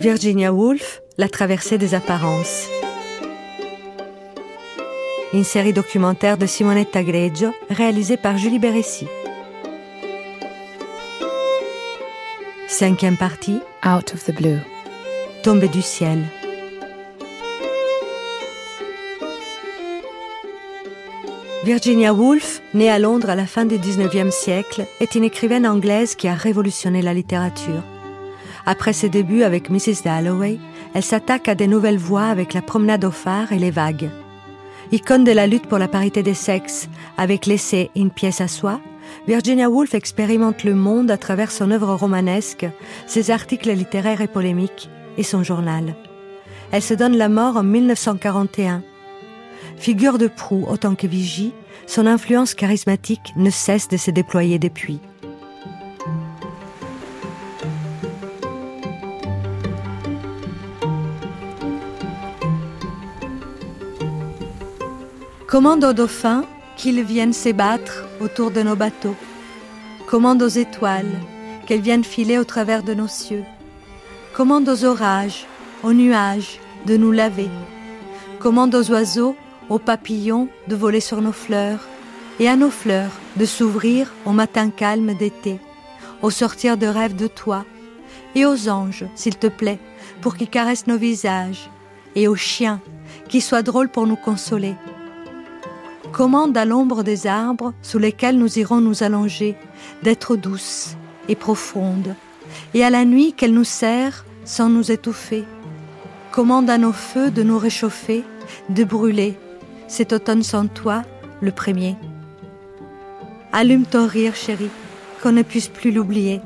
Virginia Woolf, La traversée des apparences. Une série documentaire de Simonetta Greggio, réalisée par Julie Bérécy. 5e partie. Out of the Blue. Tombée du ciel. Virginia Woolf, née à Londres à la fin du XIXe siècle, est une écrivaine anglaise qui a révolutionné la littérature. Après ses débuts avec Mrs. Dalloway, elle s'attaque à des nouvelles voies avec La promenade au phare et Les vagues. Icône de la lutte pour la parité des sexes, avec l'essai Une pièce à soi, Virginia Woolf expérimente le monde à travers son œuvre romanesque, ses articles littéraires et polémiques et son journal. Elle se donne la mort en 1941. Figure de proue autant que vigie, son influence charismatique ne cesse de se déployer depuis. Commande aux dauphins qu'ils viennent s'ébattre autour de nos bateaux. Commande aux étoiles qu'elles viennent filer au travers de nos cieux. Commande aux orages, aux nuages de nous laver. Commande aux oiseaux, aux papillons de voler sur nos fleurs, et à nos fleurs de s'ouvrir au matin calme d'été, au sortir de rêves de toi, et aux anges, s'il te plaît, pour qu'ils caressent nos visages, et aux chiens, qui soient drôles pour nous consoler. Commande à l'ombre des arbres sous lesquels nous irons nous allonger, d'être douces et profondes, et à la nuit qu'elle nous serre sans nous étouffer. Commande à nos feux de nous réchauffer, de brûler, cet automne sans toi, le premier. Allume ton rire, chérie, qu'on ne puisse plus l'oublier.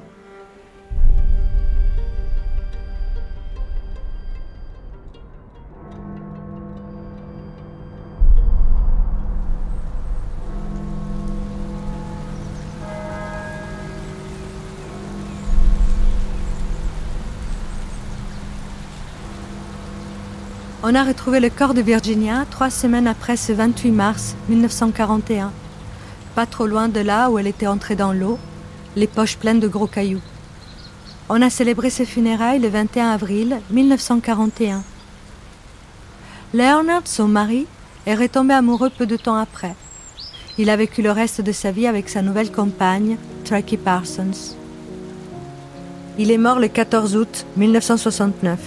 On a retrouvé le corps de Virginia 3 semaines après ce 28 mars 1941, pas trop loin de là où elle était entrée dans l'eau, les poches pleines de gros cailloux. On a célébré ses funérailles le 21 avril 1941. Leonard, son mari, est retombé amoureux peu de temps après. Il a vécu le reste de sa vie avec sa nouvelle compagne, Tracy Parsons. Il est mort le 14 août 1969.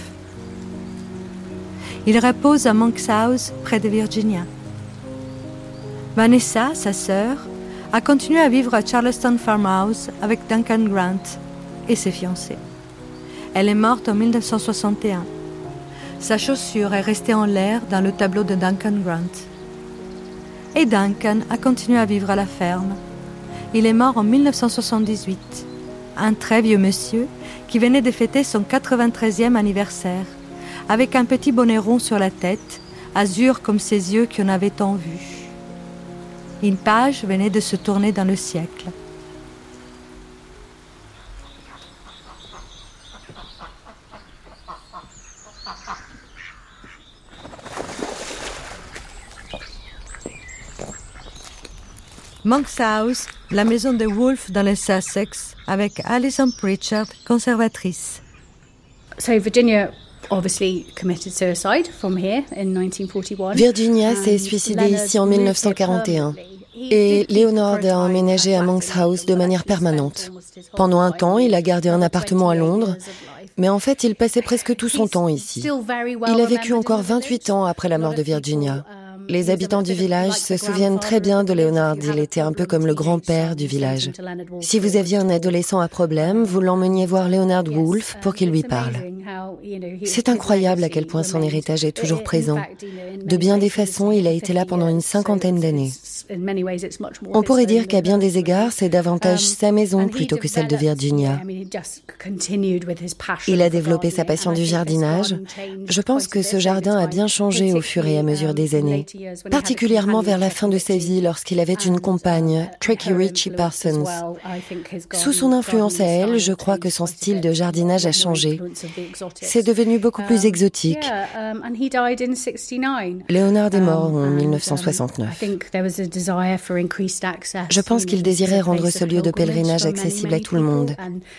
Il repose à Monk's House, près de Virginia. Vanessa, sa sœur, a continué à vivre à Charleston Farmhouse avec Duncan Grant et ses fiancés. Elle est morte en 1961. Sa chaussure est restée en l'air dans le tableau de Duncan Grant. Et Duncan a continué à vivre à la ferme. Il est mort en 1978. Un très vieux monsieur qui venait de fêter son 93e anniversaire, avec un petit bonnet rond sur la tête, azur comme ses yeux qui en avaient tant vu. Une page venait de se tourner dans le siècle. Monk's House, la maison de Woolf dans le Sussex, avec Alison Pritchard, conservatrice. So Virginia obviously committed suicide from here in 1941. Virginia s'est suicidée ici en 1941 et Leonard a emménagé à Monk's House de manière permanente. Pendant un temps, il a gardé un appartement à Londres, mais en fait, il passait presque tout son temps ici. Il a vécu encore 28 ans après la mort de Virginia. Les habitants du village se souviennent très bien de Leonard. Il était un peu comme le grand-père du village. Si vous aviez un adolescent à problème, vous l'emmeniez voir Leonard Woolf pour qu'il lui parle. C'est incroyable à quel point son héritage est toujours présent. De bien des façons, il a été là pendant une 50aine d'années. On pourrait dire qu'à bien des égards, c'est davantage sa maison plutôt que celle de Virginia. Il a développé sa passion du jardinage. Je pense que ce jardin a bien changé au fur et à mesure des années. particulièrement vers la fin de sa vie lorsqu'il avait une compagne, Tricky Ritchie Parsons. Sous son influence à elle, je crois que son style de jardinage a changé. C'est devenu beaucoup plus exotique. Léonard est mort en 1969. Je pense qu'il désirait rendre ce lieu de pèlerinage accessible à tout le monde.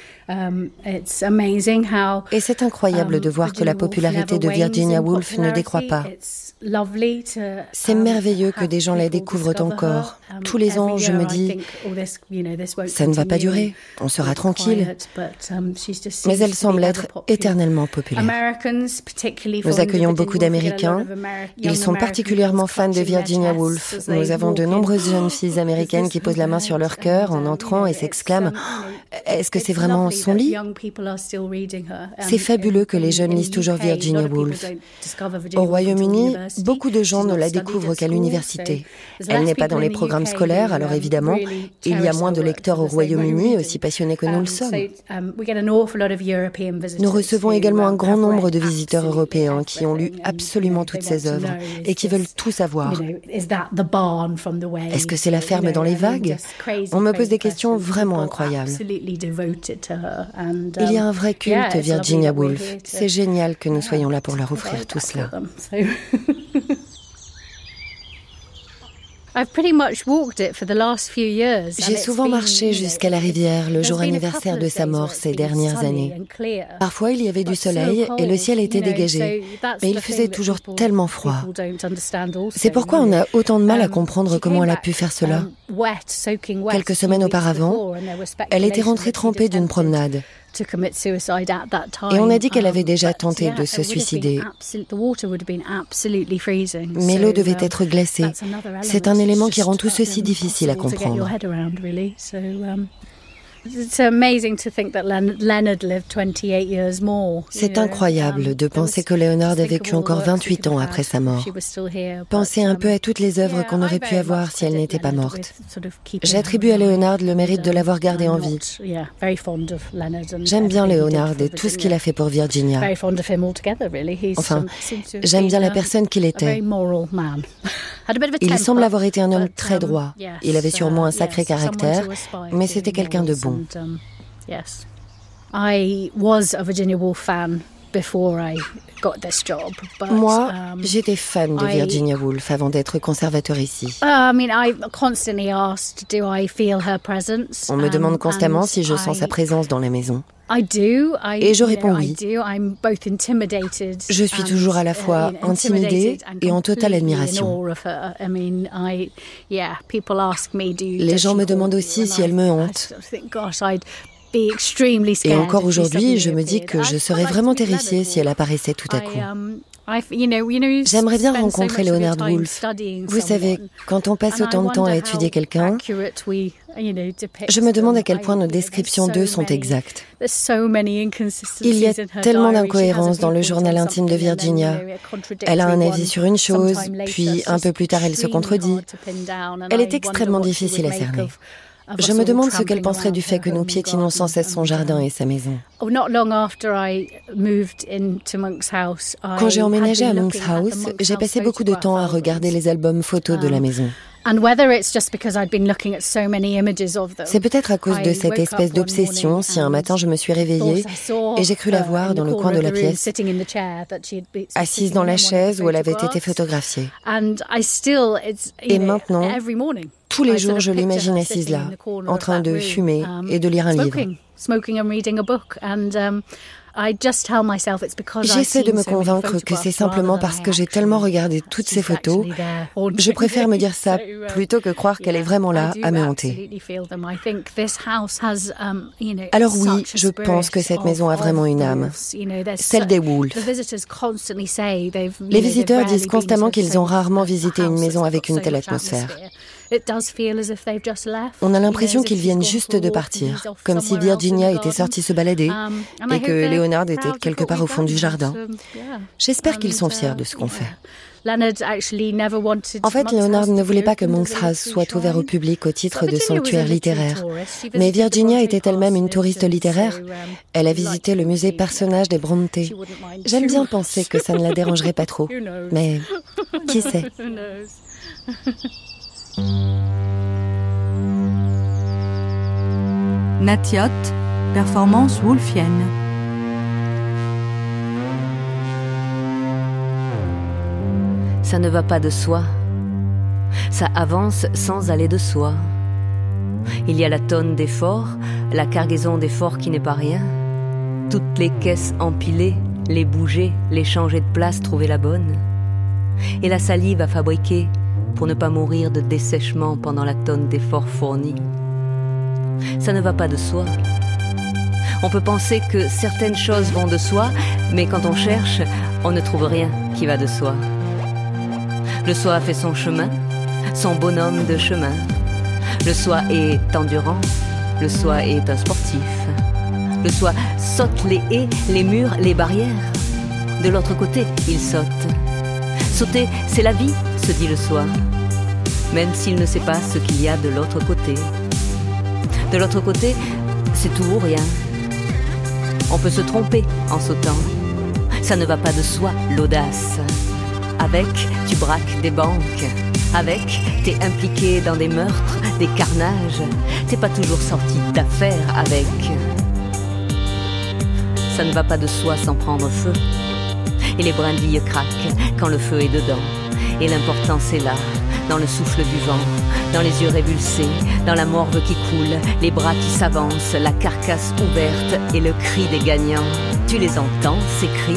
Et c'est incroyable de voir que la popularité de Virginia Woolf ne décroît pas. C'est merveilleux que des gens la découvrent encore. Tous les ans, je me dis, ça ne va pas durer, on sera tranquille. Mais elle semble être éternellement populaire. Nous accueillons beaucoup d'Américains. Ils sont particulièrement fans de Virginia Woolf. Nous avons de nombreuses jeunes filles américaines qui posent la main sur leur cœur en entrant et s'exclament « Est-ce que c'est vraiment son lit ?» C'est fabuleux que les jeunes lisent toujours Virginia Woolf. Au Royaume-Uni, beaucoup de gens ne la découvrent qu'à l'université. Elle n'est pas dans les programmes scolaires, alors évidemment, il y a moins de lecteurs au Royaume-Uni aussi passionnés que nous le sommes. Nous recevons également un grand nombre de visiteurs européens qui ont lu absolument toutes ses œuvres et qui veulent tout savoir. Est-ce que c'est la ferme dans les vagues ? On me pose des questions vraiment incroyables. Il y a un vrai culte Virginia Woolf. C'est génial que nous soyons là pour leur offrir tout cela. J'ai souvent marché jusqu'à la rivière le jour anniversaire de sa mort ces dernières années. Parfois, il y avait du soleil et le ciel était dégagé, mais il faisait toujours tellement froid. C'est pourquoi on a autant de mal à comprendre comment elle a pu faire cela. Quelques semaines auparavant, elle était rentrée trempée d'une promenade. Et on a dit qu'elle avait déjà tenté de se suicider. Mais l'eau devait être glacée. C'est un élément qui rend tout ceci difficile à comprendre. C'est incroyable de penser que Léonard a vécu encore 28 ans après sa mort. Pensez un peu à toutes les œuvres qu'on aurait pu avoir si elle n'était pas morte. J'attribue à Léonard le mérite de l'avoir gardé en vie. J'aime bien Léonard et tout ce qu'il a fait pour Virginia. Enfin, j'aime bien la personne qu'il était. Il semble avoir été un homme très droit. Il avait sûrement un sacré caractère, mais c'était quelqu'un de bon. Moi, j'étais fan de Virginia Woolf avant d'être conservateur ici. On me demande constamment si je sens sa présence dans la maison. Et je réponds oui. Je suis toujours à la fois intimidée et en totale admiration. Les gens me demandent aussi si elle me hante. Et encore aujourd'hui, je me dis que je serais vraiment terrifiée si elle apparaissait tout à coup. J'aimerais bien rencontrer Léonard Woolf. Vous savez, quand on passe autant de temps à étudier quelqu'un, je me demande à quel point nos descriptions d'eux sont exactes. Il y a tellement d'incohérences dans le journal intime de Virginia. Elle a un avis sur une chose, puis un peu plus tard elle se contredit. Elle est extrêmement difficile à cerner. Je me demande ce qu'elle penserait du fait que nous piétinons sans cesse son jardin et sa maison. Quand j'ai emménagé à Monk's House, j'ai passé beaucoup de temps à regarder les albums photos de la maison. C'est peut-être à cause de cette espèce d'obsession si un matin je me suis réveillée et j'ai cru la voir dans le coin de la pièce, assise dans la chaise où elle avait été photographiée. Et maintenant, tous les jours, je l'imagine assise là, en train de fumer et de lire un livre. J'essaie de me convaincre que c'est simplement parce que j'ai tellement regardé toutes ces photos. Je préfère me dire ça plutôt que croire qu'elle est vraiment là à me hanter. Alors oui, je pense que cette maison a vraiment une âme, celle des Woolf. Les visiteurs disent constamment qu'ils ont rarement visité une maison avec une telle atmosphère. On a l'impression qu'ils viennent juste de partir, comme si Virginia était sortie se balader et que Léonard était quelque part au fond du jardin. J'espère qu'ils sont fiers de ce qu'on fait. En fait, Leonard ne voulait pas que Monk's House soit ouvert au public au titre de sanctuaire littéraire. Mais Virginia était elle-même une touriste littéraire. Elle a visité le musée Personnage des Bronte. J'aime bien penser que ça ne la dérangerait pas trop. Mais qui sait? Natiot, performance woolfienne. Ça ne va pas de soi. Ça avance sans aller de soi. Il y a la tonne d'efforts, la cargaison d'efforts qui n'est pas rien. Toutes les caisses empilées, les bouger, les changer de place, trouver la bonne. Et la salive à fabriquer pour ne pas mourir de dessèchement pendant la tonne d'efforts fournis. Ça ne va pas de soi. On peut penser que certaines choses vont de soi, mais quand on cherche, on ne trouve rien qui va de soi. Le soi a fait son chemin, son bonhomme de chemin. Le soi est endurant, le soi est un sportif. Le soi saute les haies, les murs, les barrières. De l'autre côté, il saute. Sauter, c'est la vie, se dit le soi, même s'il ne sait pas ce qu'il y a de l'autre côté. De l'autre côté, c'est tout ou rien. On peut se tromper en sautant. Ça ne va pas de soi, l'audace. Avec, tu braques des banques. Avec, t'es impliqué dans des meurtres, des carnages. T'es pas toujours sorti d'affaires avec. Ça ne va pas de soi sans prendre feu. Et les brindilles craquent quand le feu est dedans. Et l'important c'est là, dans le souffle du vent, dans les yeux révulsés, dans la morve qui coule, les bras qui s'avancent, la carcasse ouverte et le cri des gagnants. Tu les entends, ces cris?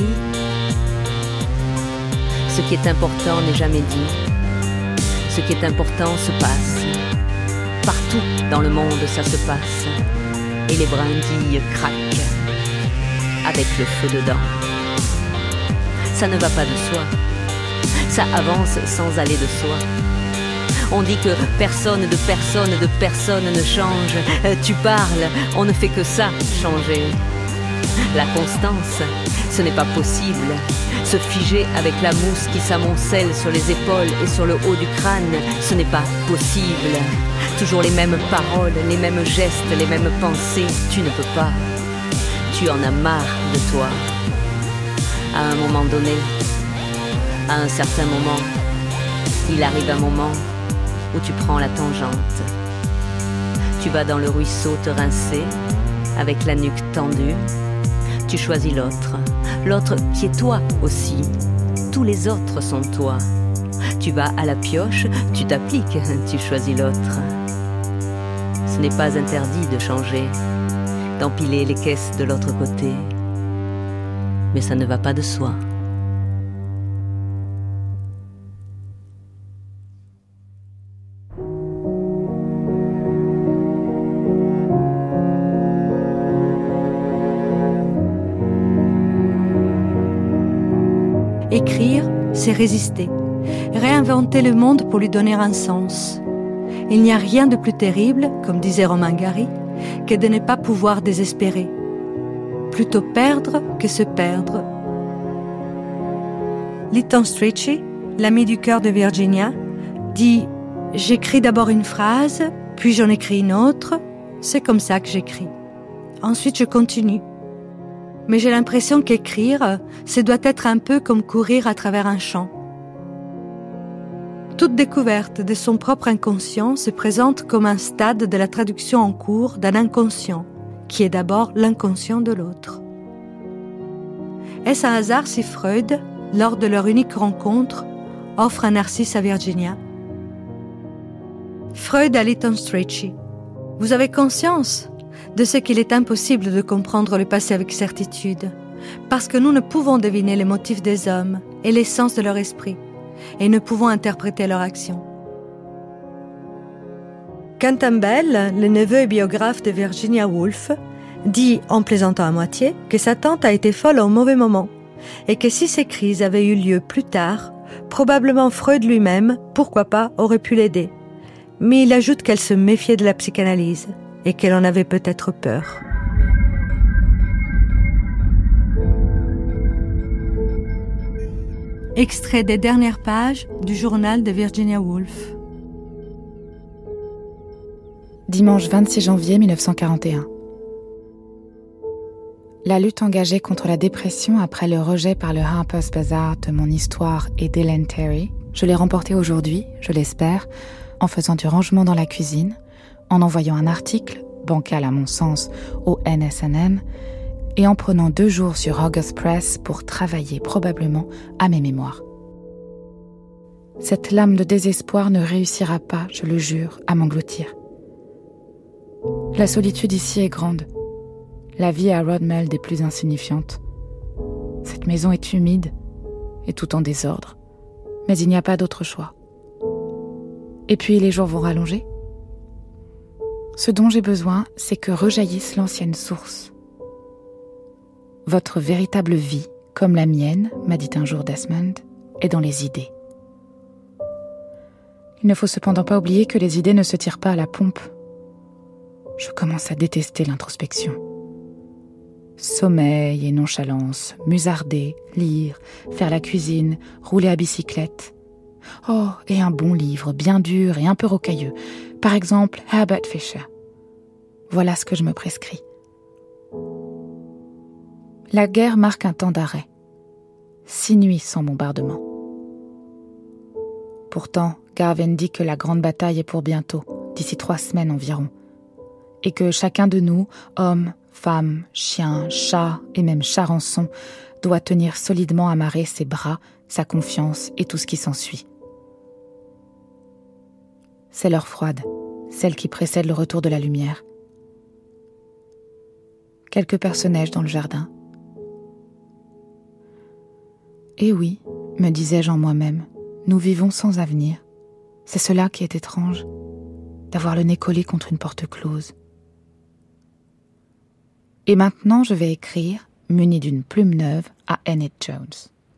Ce qui est important n'est jamais dit. Ce qui est important se passe. Partout dans le monde ça se passe. Et les brindilles craquent, avec le feu dedans. Ça ne va pas de soi. Ça avance sans aller de soi. On dit que personne ne change. Tu parles, on ne fait que ça, changer. La constance, ce n'est pas possible. Se figer avec la mousse qui s'amoncelle sur les épaules et sur le haut du crâne, ce n'est pas possible. Toujours les mêmes paroles, les mêmes gestes, les mêmes pensées, tu ne peux pas. Tu en as marre de toi. À un moment donné, à un certain moment, il arrive un moment où tu prends la tangente. Tu vas dans le ruisseau te rincer, avec la nuque tendue. Tu choisis l'autre, l'autre qui est toi aussi. Tous les autres sont toi. Tu vas à la pioche, tu t'appliques, tu choisis l'autre. Ce n'est pas interdit de changer, d'empiler les caisses de l'autre côté. Mais ça ne va pas de soi. Écrire, c'est résister, réinventer le monde pour lui donner un sens. Il n'y a rien de plus terrible, comme disait Romain Gary, que de ne pas pouvoir désespérer. Plutôt perdre que se perdre. Lytton Strachey, l'ami du cœur de Virginia, dit « J'écris d'abord une phrase, puis j'en écris une autre, c'est comme ça que j'écris. Ensuite je continue. Mais j'ai l'impression qu'écrire, ce doit être un peu comme courir à travers un champ. » Toute découverte de son propre inconscient se présente comme un stade de la traduction en cours d'un inconscient, qui est d'abord l'inconscient de l'autre. Est-ce un hasard si Freud, lors de leur unique rencontre, offre un narcisse à Virginia? Freud à Lytton Strachey. Vous avez conscience de ce qu'il est impossible de comprendre le passé avec certitude, parce que nous ne pouvons deviner les motifs des hommes et l'essence de leur esprit, et ne pouvons interpréter leur action. Quentin Bell, le neveu et biographe de Virginia Woolf, dit, en plaisantant à moitié, que sa tante a été folle au mauvais moment, et que si ces crises avaient eu lieu plus tard, probablement Freud lui-même, pourquoi pas, aurait pu l'aider. Mais il ajoute qu'elle se méfiait de la psychanalyse, et qu'elle en avait peut-être peur. extrait des dernières pages du journal de Virginia Woolf. Dimanche 26 janvier 1941. La lutte engagée contre la dépression après le rejet par le Harper's Bazaar de mon histoire et d'Ellen Terry, je l'ai remportée aujourd'hui, je l'espère, en faisant du rangement dans la cuisine, en envoyant un article, bancal à mon sens, au NSNM, et en prenant 2 jours sur August Press pour travailler probablement à mes mémoires. Cette lame de désespoir ne réussira pas, je le jure, à m'engloutir. La solitude ici est grande. La vie à Rodmeld est plus insignifiante. Cette maison est humide et tout en désordre, mais il n'y a pas d'autre choix. Et puis les jours vont rallonger. Ce dont j'ai besoin, c'est que rejaillisse l'ancienne source. Votre véritable vie, comme la mienne, m'a dit un jour Desmond, est dans les idées. Il ne faut cependant pas oublier que les idées ne se tirent pas à la pompe. Je commence à détester l'introspection. Sommeil et nonchalance, musarder, lire, faire la cuisine, rouler à bicyclette. Oh, et un bon livre, bien dur et un peu rocailleux. Par exemple, Herbert Fisher. Voilà ce que je me prescris. La guerre marque un temps d'arrêt. 6 nuits sans bombardement. Pourtant, Garvin dit que la grande bataille est pour bientôt, d'ici 3 semaines environ. Et que chacun de nous, hommes, femmes, chiens, chats et même charançons, doit tenir solidement amarré ses bras, sa confiance et tout ce qui s'ensuit. C'est l'heure froide, celle qui précède le retour de la lumière. Quelques perce-neige dans le jardin. Et oui, me disais-je en moi-même, nous vivons sans avenir. C'est cela qui est étrange, d'avoir le nez collé contre une porte close. Et maintenant, je vais écrire, muni d'une plume neuve, à Enid Jones.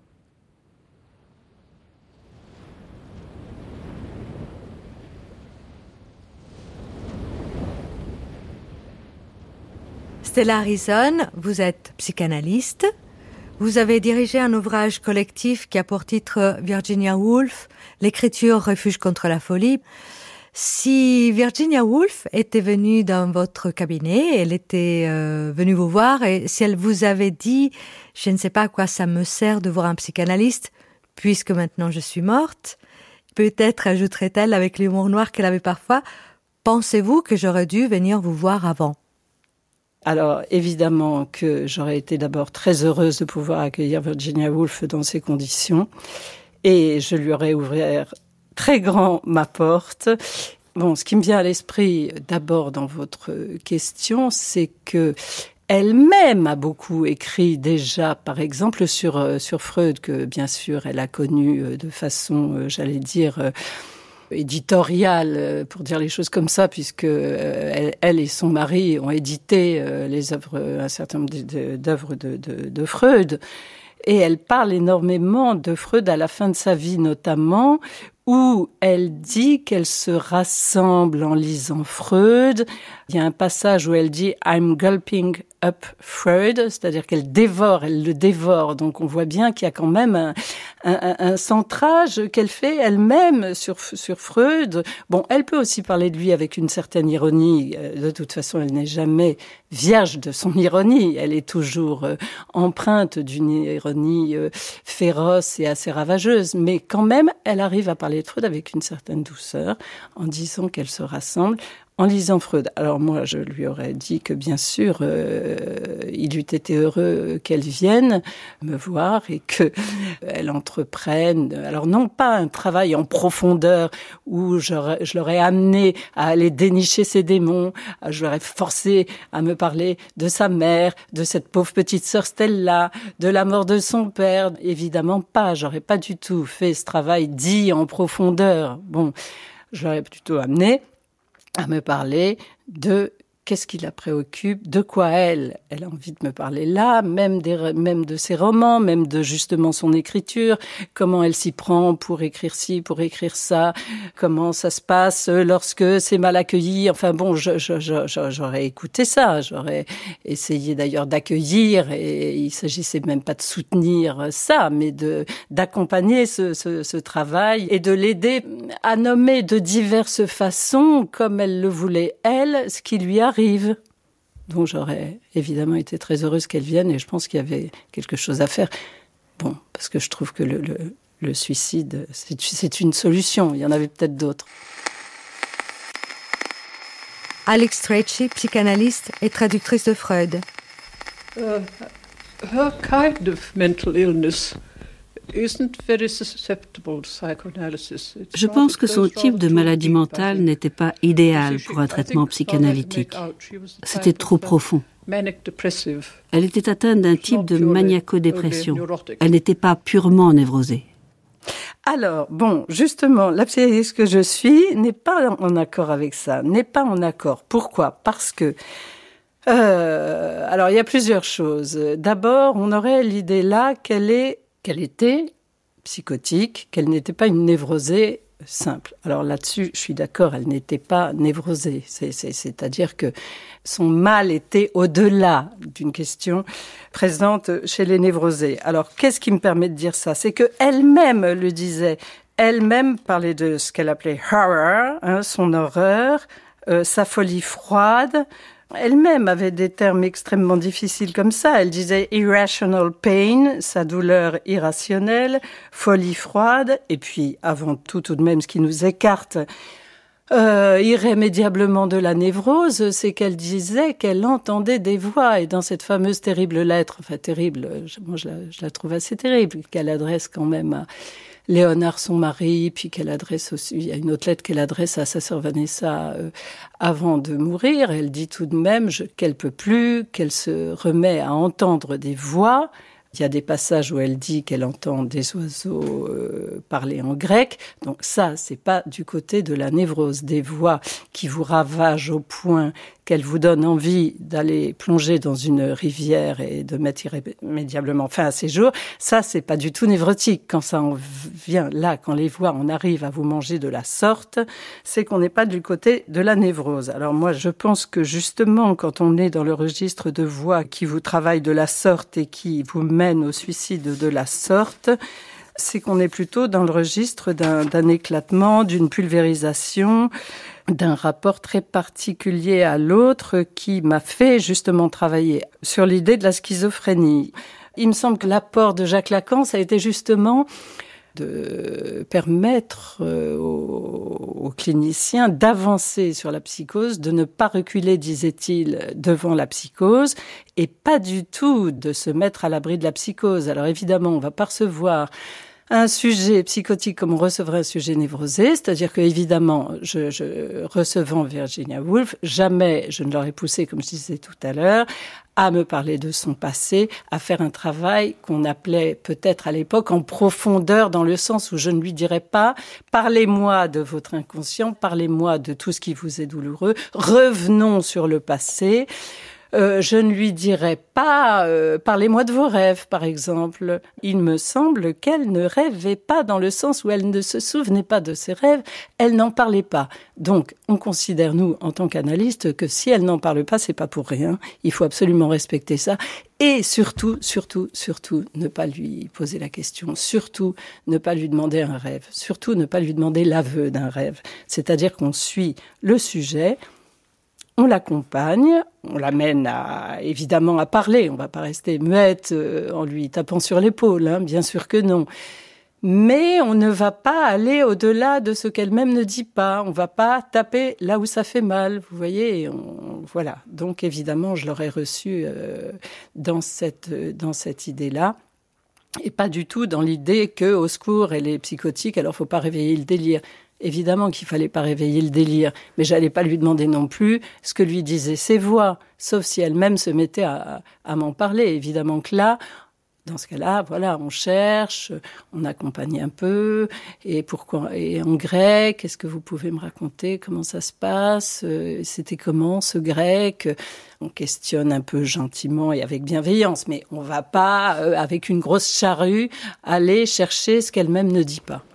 Stella Harrison, vous êtes psychanalyste. Vous avez dirigé un ouvrage collectif qui a pour titre Virginia Woolf, l'écriture refuge contre la folie. Si Virginia Woolf était venue dans votre cabinet, elle était venue vous voir et si elle vous avait dit « Je ne sais pas à quoi ça me sert de voir un psychanalyste puisque maintenant je suis morte », peut-être ajouterait-elle avec l'humour noir qu'elle avait parfois « Pensez-vous que j'aurais dû venir vous voir avant ?» Alors, évidemment que j'aurais été d'abord très heureuse de pouvoir accueillir Virginia Woolf dans ces conditions. Et je lui aurais ouvert très grand ma porte. Bon, ce qui me vient à l'esprit d'abord dans votre question, c'est que elle-même a beaucoup écrit déjà, par exemple, sur Freud, que bien sûr elle a connu de façon, j'allais dire, éditoriale, pour dire les choses comme ça, puisque elle et son mari ont édité les œuvres, un certain nombre d'œuvres de Freud. Et elle parle énormément de Freud à la fin de sa vie notamment, où elle dit qu'elle se rassemble en lisant Freud. Il y a un passage où elle dit « I'm gulping up Freud », c'est-à-dire elle le dévore. Donc on voit bien qu'il y a quand même un centrage qu'elle fait elle-même sur Freud. Bon, elle peut aussi parler de lui avec une certaine ironie. De toute façon, elle n'est jamais vierge de son ironie. Elle est toujours empreinte d'une ironie féroce et assez ravageuse. Mais quand même, elle arrive à parler de Freud avec une certaine douceur en disant qu'elle se rassemble en lisant Freud. Alors moi, je lui aurais dit que bien sûr, il eût été heureux qu'elle vienne me voir et qu'elle entreprenne, alors non pas un travail en profondeur où je l'aurais amené à aller dénicher ses démons, je l'aurais forcé à me parler de sa mère, de cette pauvre petite sœur Stella, de la mort de son père. Évidemment pas, j'aurais pas du tout fait ce travail dit en profondeur. Bon, je l'aurais plutôt amené à me parler de qu'est-ce qui la préoccupe, de quoi elle a envie de me parler là, même de ses romans, même de justement son écriture, comment elle s'y prend pour écrire ci, pour écrire ça, comment ça se passe lorsque c'est mal accueilli. Enfin bon, j'aurais écouté ça, j'aurais essayé d'ailleurs d'accueillir, et il s'agissait même pas de soutenir ça, mais d'accompagner ce travail et de l'aider à nommer de diverses façons, comme elle le voulait elle, ce qui lui arrive. Donc j'aurais évidemment été très heureuse qu'elle vienne, et je pense qu'il y avait quelque chose à faire. Bon, parce que je trouve que le suicide, c'est une solution. Il y en avait peut-être d'autres. Alex Strachey, psychanalyste et traductrice de Freud. Her kind of mental illness isn't very susceptible to psychoanalysis. Je pense que son type de maladie mentale n'était pas idéal pour un traitement psychanalytique. C'était trop profond. Elle était atteinte d'un type de maniaco-dépression. Elle n'était pas purement névrosée. Alors, bon, justement, la psychanalyste que je suis n'est pas en accord avec ça, n'est pas en accord. Pourquoi ? Parce que alors, il y a plusieurs choses. D'abord, on aurait l'idée là qu'elle était psychotique, qu'elle n'était pas une névrosée simple. Alors là-dessus, je suis d'accord, elle n'était pas névrosée. C'est-à-dire que son mal était au-delà d'une question présente chez les névrosés. Alors, qu'est-ce qui me permet de dire ça ? C'est qu'elle-même le disait. Elle-même parlait de ce qu'elle appelait horror, son horreur, sa folie froide. Elle-même avait des termes extrêmement difficiles comme ça. Elle disait irrational pain, sa douleur irrationnelle, folie froide, et puis avant tout de même ce qui nous écarte irrémédiablement de la névrose, c'est qu'elle disait qu'elle entendait des voix. Et dans cette fameuse terrible lettre, enfin terrible, moi je la trouve assez terrible, qu'elle adresse quand même à Léonard, son mari, puis qu'elle adresse aussi, il y a une autre lettre qu'elle adresse à sa sœur Vanessa avant de mourir. Elle dit tout de même qu'elle peut plus, qu'elle se remet à entendre des voix. Il y a des passages où elle dit qu'elle entend des oiseaux parler en grec. Donc ça, c'est pas du côté de la névrose, des voix qui vous ravagent au point qu'elle vous donne envie d'aller plonger dans une rivière et de mettre irrémédiablement fin à ses jours. Ça, c'est pas du tout névrotique. Quand ça en vient là, quand les voix en arrivent à vous manger de la sorte, c'est qu'on n'est pas du côté de la névrose. Alors moi, je pense que justement, quand on est dans le registre de voix qui vous travaillent de la sorte et qui vous mènent au suicide de la sorte, c'est qu'on est plutôt dans le registre d'un éclatement, d'une pulvérisation, d'un rapport très particulier à l'autre qui m'a fait justement travailler sur l'idée de la schizophrénie. Il me semble que l'apport de Jacques Lacan, ça a été justement de permettre aux cliniciens d'avancer sur la psychose, de ne pas reculer, disait-il, devant la psychose, et pas du tout de se mettre à l'abri de la psychose. Alors évidemment, on va pas recevoir un sujet psychotique comme on recevrait un sujet névrosé, c'est-à-dire que évidemment, recevant Virginia Woolf, jamais je ne l'aurais poussée, comme je disais tout à l'heure, à me parler de son passé, à faire un travail qu'on appelait peut-être à l'époque en profondeur, dans le sens où je ne lui dirais pas « parlez-moi de votre inconscient, parlez-moi de tout ce qui vous est douloureux, revenons sur le passé ». Je ne lui dirais pas parlez-moi de vos rêves, par exemple. Il me semble qu'elle ne rêvait pas, dans le sens où elle ne se souvenait pas de ses rêves, elle n'en parlait pas. Donc, on considère, nous, en tant qu'analystes, que si elle n'en parle pas, c'est pas pour rien. Il faut absolument respecter ça. Et surtout, ne pas lui poser la question. Surtout, ne pas lui demander un rêve. Surtout, ne pas lui demander l'aveu d'un rêve. C'est-à-dire qu'on suit le sujet, on l'accompagne, on l'amène évidemment à parler. On ne va pas rester muette en lui tapant sur l'épaule, bien sûr que non. Mais on ne va pas aller au-delà de ce qu'elle-même ne dit pas. On ne va pas taper là où ça fait mal, vous voyez. Voilà. Donc évidemment, je l'aurais reçu dans cette idée-là. Et pas du tout dans l'idée que, au secours, elle est psychotique, alors il ne faut pas réveiller le délire. Évidemment qu'il fallait pas réveiller le délire, mais j'allais pas lui demander non plus ce que lui disaient ses voix, sauf si elle-même se mettait à m'en parler. Évidemment que là, Dans ce cas-là, voilà, on cherche, on accompagne un peu. Et pourquoi ? Et en grec, est-ce que vous pouvez me raconter comment ça se passe ? C'était comment ce grec ? On questionne un peu gentiment et avec bienveillance, mais on ne va pas, avec une grosse charrue, aller chercher ce qu'elle-même ne dit pas.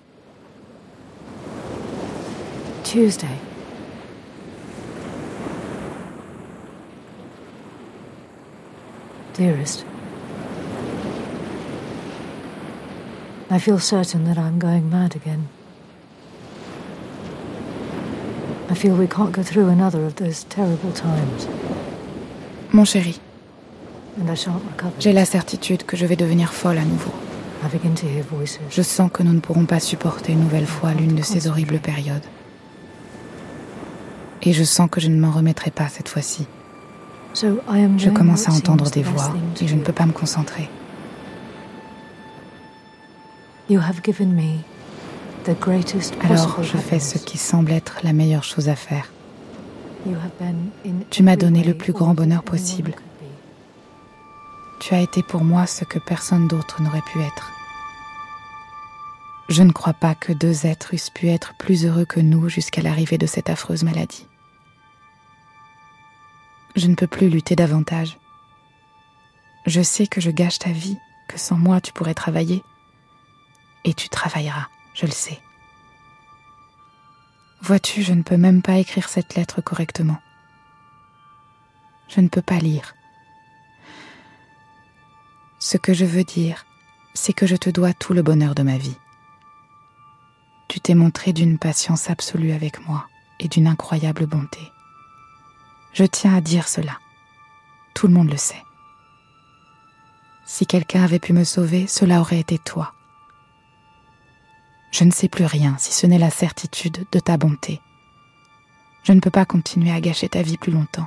Tuesday. Dearest, I feel certain that I'm going mad again. I feel we can't go through another of those terrible times. Mon chéri, And I shan't recover. j'ai la certitude que je vais devenir folle à nouveau. I begin to hear voices. Je sens que nous ne pourrons pas supporter une nouvelle fois l'une de ces horribles périodes. Et je sens que je ne m'en remettrai pas cette fois-ci. So I am Je doing commence à what entendre seems des the best voix thing to et je ne do. peux pas me concentrer. You have given me the greatest Alors possible je fais ce happiness. qui semble être la meilleure chose à faire. You have been in Tu m'as every donné way le plus grand all that bonheur anyone possible. could be. Tu as été pour moi ce que personne d'autre n'aurait pu être. Je ne crois pas que deux êtres eussent pu être plus heureux que nous jusqu'à l'arrivée de cette affreuse maladie. Je ne peux plus lutter davantage. Je sais que je gâche ta vie, que sans moi tu pourrais travailler. Et tu travailleras, je le sais. Vois-tu, je ne peux même pas écrire cette lettre correctement. Je ne peux pas lire. Ce que je veux dire, c'est que je te dois tout le bonheur de ma vie. Tu t'es montré d'une patience absolue avec moi et d'une incroyable bonté. Je tiens à dire cela. Tout le monde le sait. Si quelqu'un avait pu me sauver, cela aurait été toi. Je ne sais plus rien si ce n'est la certitude de ta bonté. Je ne peux pas continuer à gâcher ta vie plus longtemps.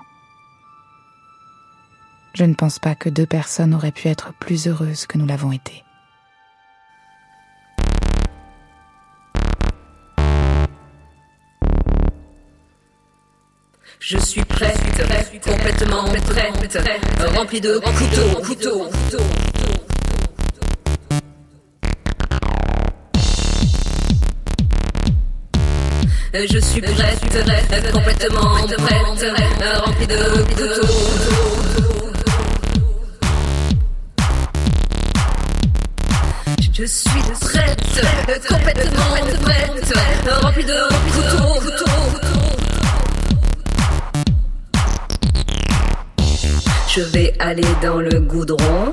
Je ne pense pas que deux personnes auraient pu être plus heureuses que nous l'avons été. Je suis prête, complètement prête, remplie de couteaux. Je suis prête, complètement prête, remplie de couteaux. Je suis prête, complètement prête, remplie de couteaux. Je vais aller dans le goudron,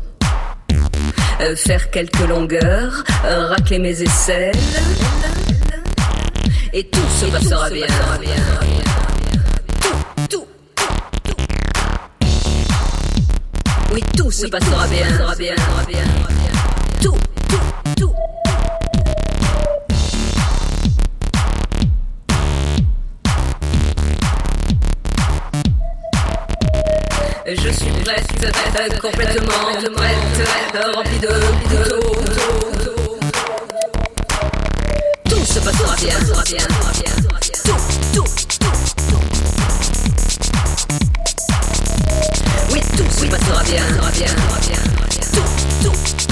faire quelques longueurs, racler mes aisselles, et tout se passera bien. Tout. Oui, tout se passera bien. Tout. Je suis prête, complètement prête, remplie de couteaux. Tout se passera bien. Tout. Oui, tout se passera bien. Tout.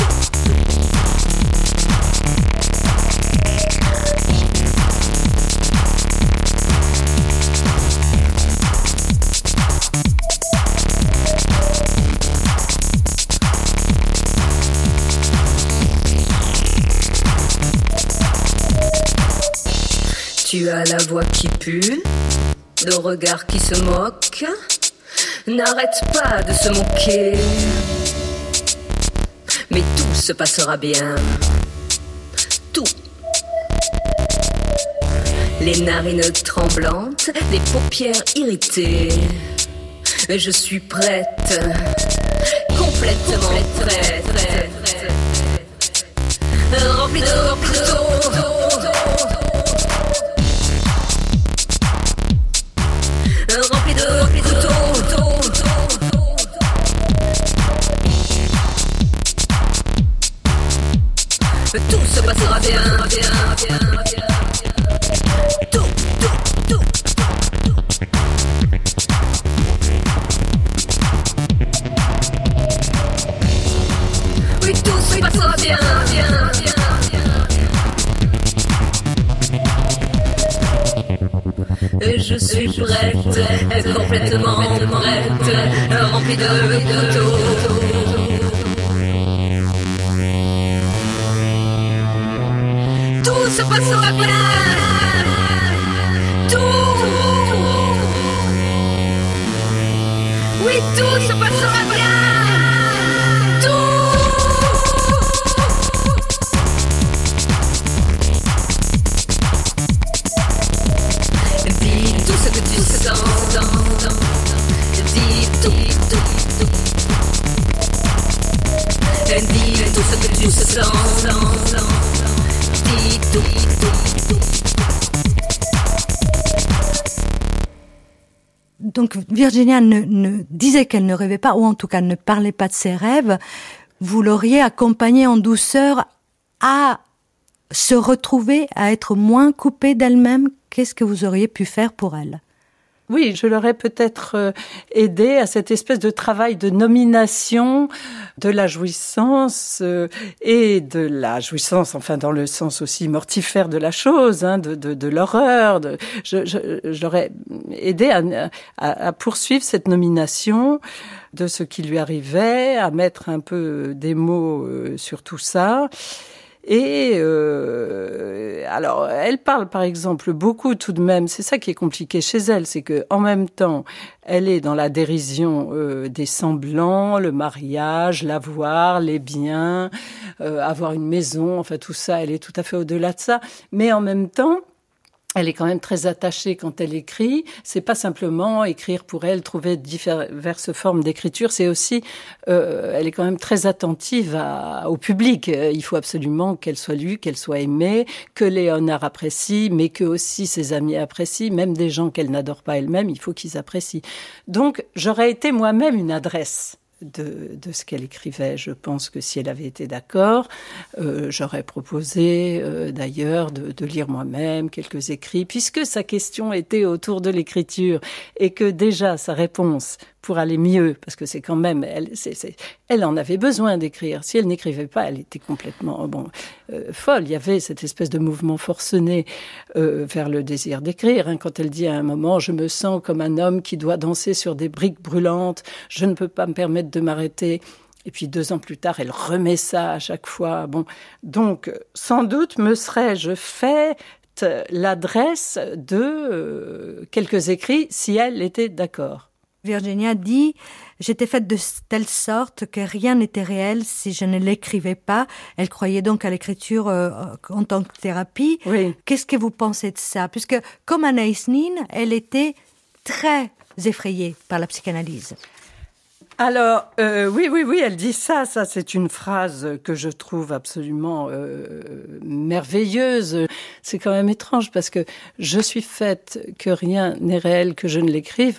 Tu as la voix qui pue, le regard qui se moque. N'arrête pas de se moquer. Mais tout se passera bien. Tout. Les narines tremblantes, les paupières irritées. Je suis prête, complètement prête. Remplie de couteaux. Rempli de couteaux. Tout se passera bien. Tout. Je suis prête, complètement prête, remplie de couteaux. Tout se passera bien. Tout. Oui, tout se passera bien. Donc Virginia ne disait qu'elle ne rêvait pas, ou en tout cas ne parlait pas de ses rêves. Vous l'auriez accompagnée en douceur à se retrouver, à être moins coupée d'elle-même. Qu'est-ce que vous auriez pu faire pour elle ? Oui, je l'aurais peut-être aidé à cette espèce de travail de nomination de la jouissance et de la jouissance, enfin dans le sens aussi mortifère de la chose, de l'horreur. Je l'aurais aidé à poursuivre cette nomination de ce qui lui arrivait, à mettre un peu des mots sur tout ça. Et alors, elle parle par exemple beaucoup tout de même, c'est ça qui est compliqué chez elle, c'est que en même temps, elle est dans la dérision des semblants, le mariage, l'avoir, les biens, avoir une maison, enfin tout ça, elle est tout à fait au-delà de ça. Mais en même temps, elle est quand même très attachée quand elle écrit. C'est pas simplement écrire pour elle, trouver diverses formes d'écriture. C'est aussi, elle est quand même très attentive au public. Il faut absolument qu'elle soit lue, qu'elle soit aimée, que Léonard apprécie, mais que aussi ses amis apprécient. Même des gens qu'elle n'adore pas elle-même, il faut qu'ils apprécient. Donc, j'aurais été moi-même une adresse de ce qu'elle écrivait. Je pense que si elle avait été d'accord, j'aurais proposé d'ailleurs de lire moi-même quelques écrits, puisque sa question était autour de l'écriture et que déjà sa réponse pour aller mieux, parce que c'est quand même, elle en avait besoin d'écrire. Si elle n'écrivait pas, elle était complètement folle. Il y avait cette espèce de mouvement forcené vers le désir d'écrire. Quand elle dit à un moment, je me sens comme un homme qui doit danser sur des briques brûlantes, je ne peux pas me permettre de m'arrêter. Et puis 2 ans plus tard, elle remet ça à chaque fois. Donc sans doute me serais-je fait l'adresse de quelques écrits si elle était d'accord. Virginia dit « J'étais faite de telle sorte que rien n'était réel si je ne l'écrivais pas ». Elle croyait donc à l'écriture en tant que thérapie. Oui. Qu'est-ce que vous pensez de ça ? Puisque, comme Anaïs Nin, elle était très effrayée par la psychanalyse. Alors, oui, elle dit ça. Ça, c'est une phrase que je trouve absolument merveilleuse. C'est quand même étrange parce que je suis faite que rien n'est réel que je ne l'écrive.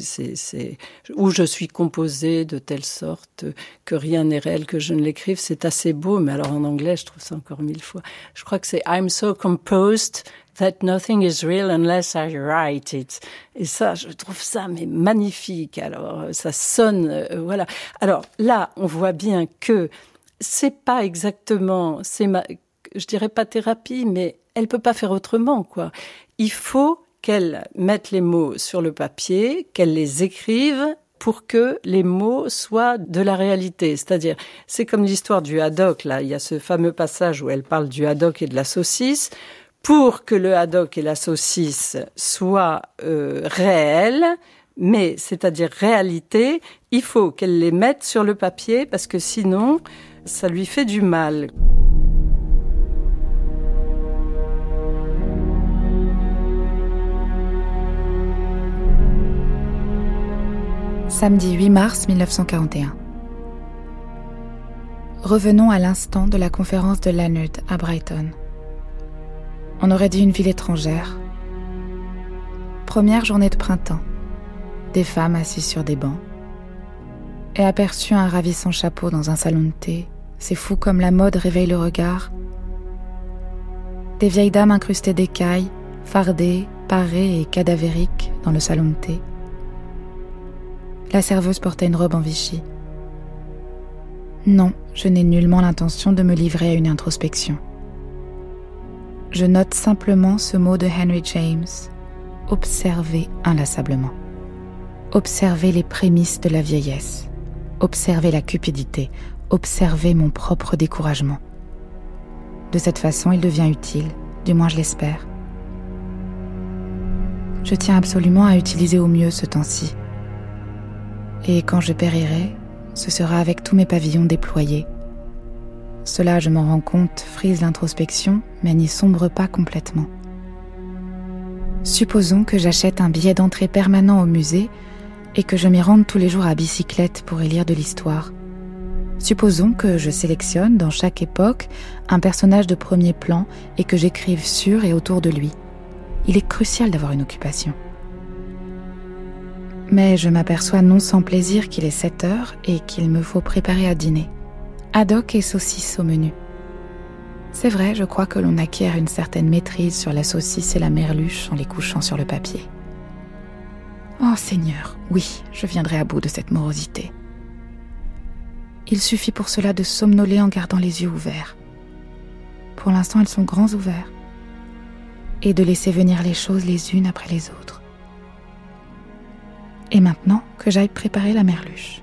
Ou je suis composée de telle sorte que rien n'est réel que je ne l'écrive. C'est assez beau, mais alors en anglais, je trouve ça encore 1000 fois. Je crois que c'est I'm so composed that nothing is real unless I write it. Et ça, je trouve ça mais magnifique. Alors, ça sonne, voilà. Alors là, on voit bien que c'est pas exactement, je dirais pas thérapie, mais elle peut pas faire autrement, quoi. Il faut qu'elle mette les mots sur le papier, qu'elle les écrive pour que les mots soient de la réalité. C'est-à-dire, c'est comme l'histoire du haddock, là. Il y a ce fameux passage où elle parle du haddock et de la saucisse. Pour que le haddock et la saucisse soient réels, mais c'est-à-dire réalité, il faut qu'elle les mette sur le papier parce que sinon, ça lui fait du mal. Samedi 8 mars 1941. Revenons à l'instant de la conférence de Leonard à Brighton. On aurait dit une ville étrangère. Première journée de printemps. Des femmes assises sur des bancs. Et aperçu un ravissant chapeau dans un salon de thé. C'est fou comme la mode réveille le regard. Des vieilles dames incrustées d'écailles, fardées, parées et cadavériques dans le salon de thé. La serveuse portait une robe en Vichy. Non, je n'ai nullement l'intention de me livrer à une introspection. Je note simplement ce mot de Henry James, observer inlassablement. Observer les prémices de la vieillesse. Observer la cupidité. Observer mon propre découragement. De cette façon, il devient utile, du moins je l'espère. Je tiens absolument à utiliser au mieux ce temps-ci. Et quand je périrai, ce sera avec tous mes pavillons déployés. Cela, je m'en rends compte, frise l'introspection, mais n'y sombre pas complètement. Supposons que j'achète un billet d'entrée permanent au musée et que je m'y rende tous les jours à bicyclette pour y lire de l'histoire. Supposons que je sélectionne, dans chaque époque, un personnage de premier plan et que j'écrive sur et autour de lui. Il est crucial d'avoir une occupation. Mais je m'aperçois non sans plaisir qu'il est 7 heures et qu'il me faut préparer à dîner. Haddock et saucisses au menu. C'est vrai, je crois que l'on acquiert une certaine maîtrise sur la saucisse et la merluche en les couchant sur le papier. Oh Seigneur, oui, je viendrai à bout de cette morosité. Il suffit pour cela de somnoler en gardant les yeux ouverts. Pour l'instant, ils sont grands ouverts. Et de laisser venir les choses les unes après les autres. Et maintenant, que j'aille préparer la merluche.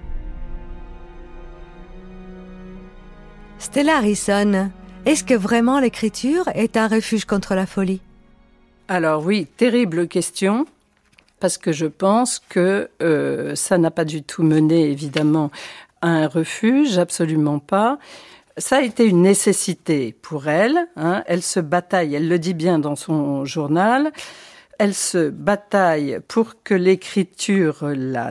Stella Harrison, est-ce que vraiment l'écriture est un refuge contre la folie ? Alors oui, terrible question, parce que je pense que ça n'a pas du tout mené, évidemment, à un refuge, absolument pas. Ça a été une nécessité pour elle, hein. Elle se bataille, elle le dit bien dans son journal, elle se bataille pour que l'écriture la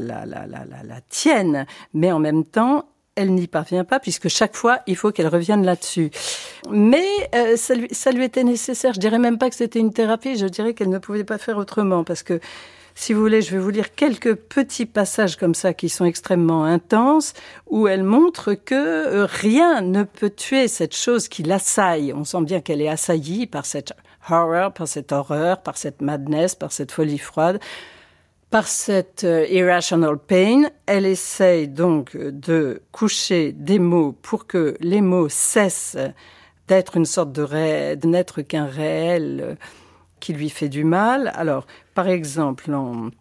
tienne, mais en même temps, elle n'y parvient pas, puisque chaque fois, il faut qu'elle revienne là-dessus. Mais ça lui était nécessaire. Je dirais même pas que c'était une thérapie, je dirais qu'elle ne pouvait pas faire autrement, parce que, si vous voulez, je vais vous lire quelques petits passages comme ça qui sont extrêmement intenses, où elle montre que rien ne peut tuer cette chose qui l'assaille. On sent bien qu'elle est assaillie par cette horreur, par cette madness, par cette folie froide, par cette irrational pain. Elle essaye donc de coucher des mots pour que les mots cessent d'être une sorte de réel, de n'être qu'un réel qui lui fait du mal. Alors, par exemple,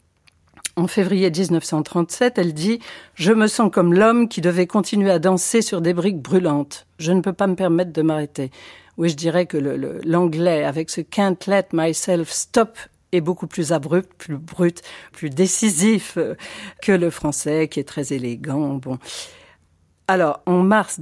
en février 1937, elle dit « Je me sens comme l'homme qui devait continuer à danser sur des briques brûlantes. Je ne peux pas me permettre de m'arrêter. » Oui, je dirais que l'anglais, avec ce « can't let myself stop », est beaucoup plus abrupt, plus brut, plus décisif que le français, qui est très élégant. Bon. Alors, en mars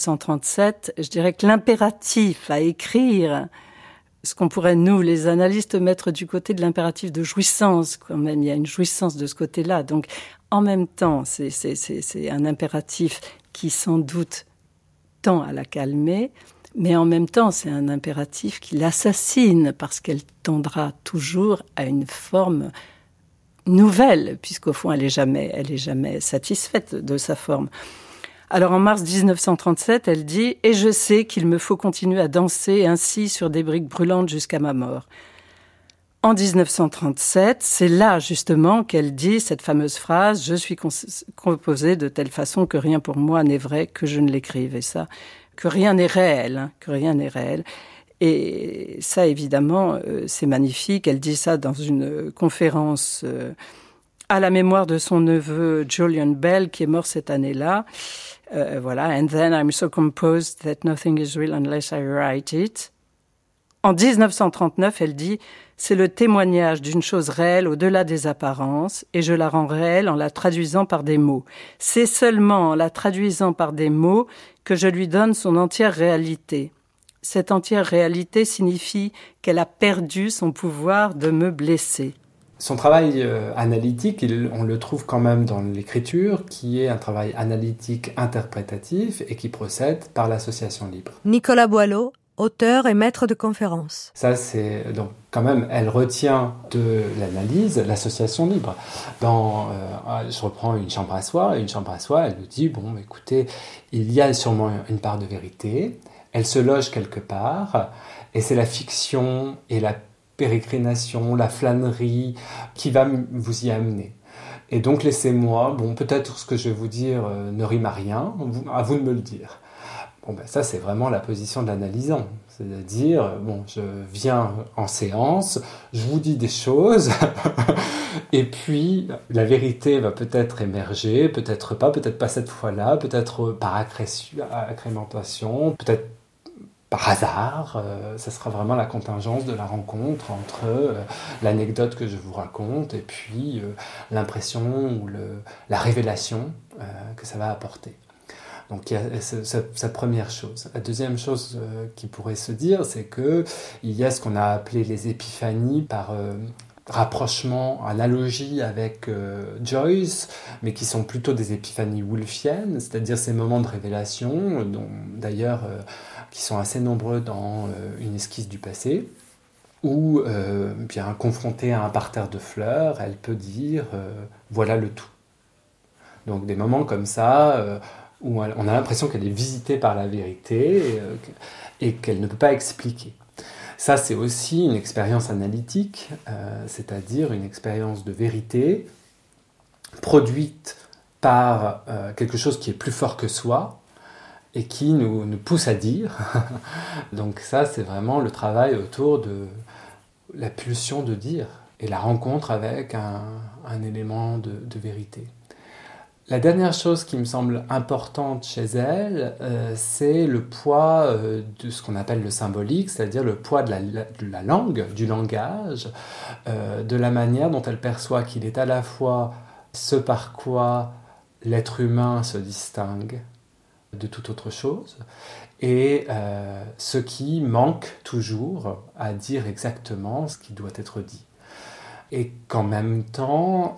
1937, je dirais que l'impératif à écrire, ce qu'on pourrait, nous, les analystes, mettre du côté de l'impératif de jouissance, quand même, il y a une jouissance de ce côté-là. Donc, en même temps, c'est un impératif qui, sans doute, tend à la calmer, mais en même temps, c'est un impératif qui l'assassine, parce qu'elle tendra toujours à une forme nouvelle, puisqu'au fond, elle est jamais satisfaite de sa forme. Alors, en mars 1937, elle dit « Et je sais qu'il me faut continuer à danser ainsi sur des briques brûlantes jusqu'à ma mort. » En 1937, c'est là, justement, qu'elle dit cette fameuse phrase « Je suis composée de telle façon que rien pour moi n'est vrai, que je ne l'écrive. » Et ça, que rien n'est réel, hein, que rien n'est réel. Et ça, évidemment, c'est magnifique. Elle dit ça dans une conférence à la mémoire de son neveu Julian Bell, qui est mort cette année-là. Voilà, « And then I'm so composed that nothing is real unless I write it ». En 1939, elle dit « C'est le témoignage d'une chose réelle au-delà des apparences, et je la rends réelle en la traduisant par des mots. C'est seulement en la traduisant par des mots que je lui donne son entière réalité. Cette entière réalité signifie qu'elle a perdu son pouvoir de me blesser. » Son travail analytique, on le trouve quand même dans l'écriture, qui est un travail analytique interprétatif et qui procède par l'association libre. Nicolas Boileau, auteur et maître de conférences. Ça, c'est donc quand même, elle retient de l'analyse l'association libre. Je reprends Une chambre à soi, elle nous dit bon, écoutez, il y a sûrement une part de vérité. Elle se loge quelque part, et c'est la fiction et la pérégrination, la flânerie qui va vous y amener. Et donc laissez-moi, peut-être ce que je vais vous dire ne rime à rien, à vous de me le dire. Ça c'est vraiment la position de l'analysant. C'est-à-dire, bon, je viens en séance, je vous dis des choses, et puis la vérité va peut-être émerger, peut-être pas cette fois-là, peut-être par accrémentation, peut-être par hasard. Ça sera vraiment la contingence de la rencontre entre l'anecdote que je vous raconte et puis l'impression ou la révélation que ça va apporter. Donc il y a sa première chose. La deuxième chose qui pourrait se dire, c'est qu'il y a ce qu'on a appelé les épiphanies par rapprochement, analogie avec Joyce, mais qui sont plutôt des épiphanies woolfiennes, c'est-à-dire ces moments de révélation, dont d'ailleurs qui sont assez nombreux dans une esquisse du passé, où bien confrontée à un parterre de fleurs, elle peut dire voilà le tout. Donc des moments comme ça où on a l'impression qu'elle est visitée par la vérité et qu'elle ne peut pas expliquer. Ça, c'est aussi une expérience analytique, c'est-à-dire une expérience de vérité produite par quelque chose qui est plus fort que soi et qui nous pousse à dire. Donc ça, c'est vraiment le travail autour de la pulsion de dire et la rencontre avec un élément de vérité. La dernière chose qui me semble importante chez elle, c'est le poids de ce qu'on appelle le symbolique, c'est-à-dire le poids de la langue, du langage, de la manière dont elle perçoit qu'il est à la fois ce par quoi l'être humain se distingue de toute autre chose, et ce qui manque toujours à dire exactement ce qui doit être dit. Et qu'en même temps,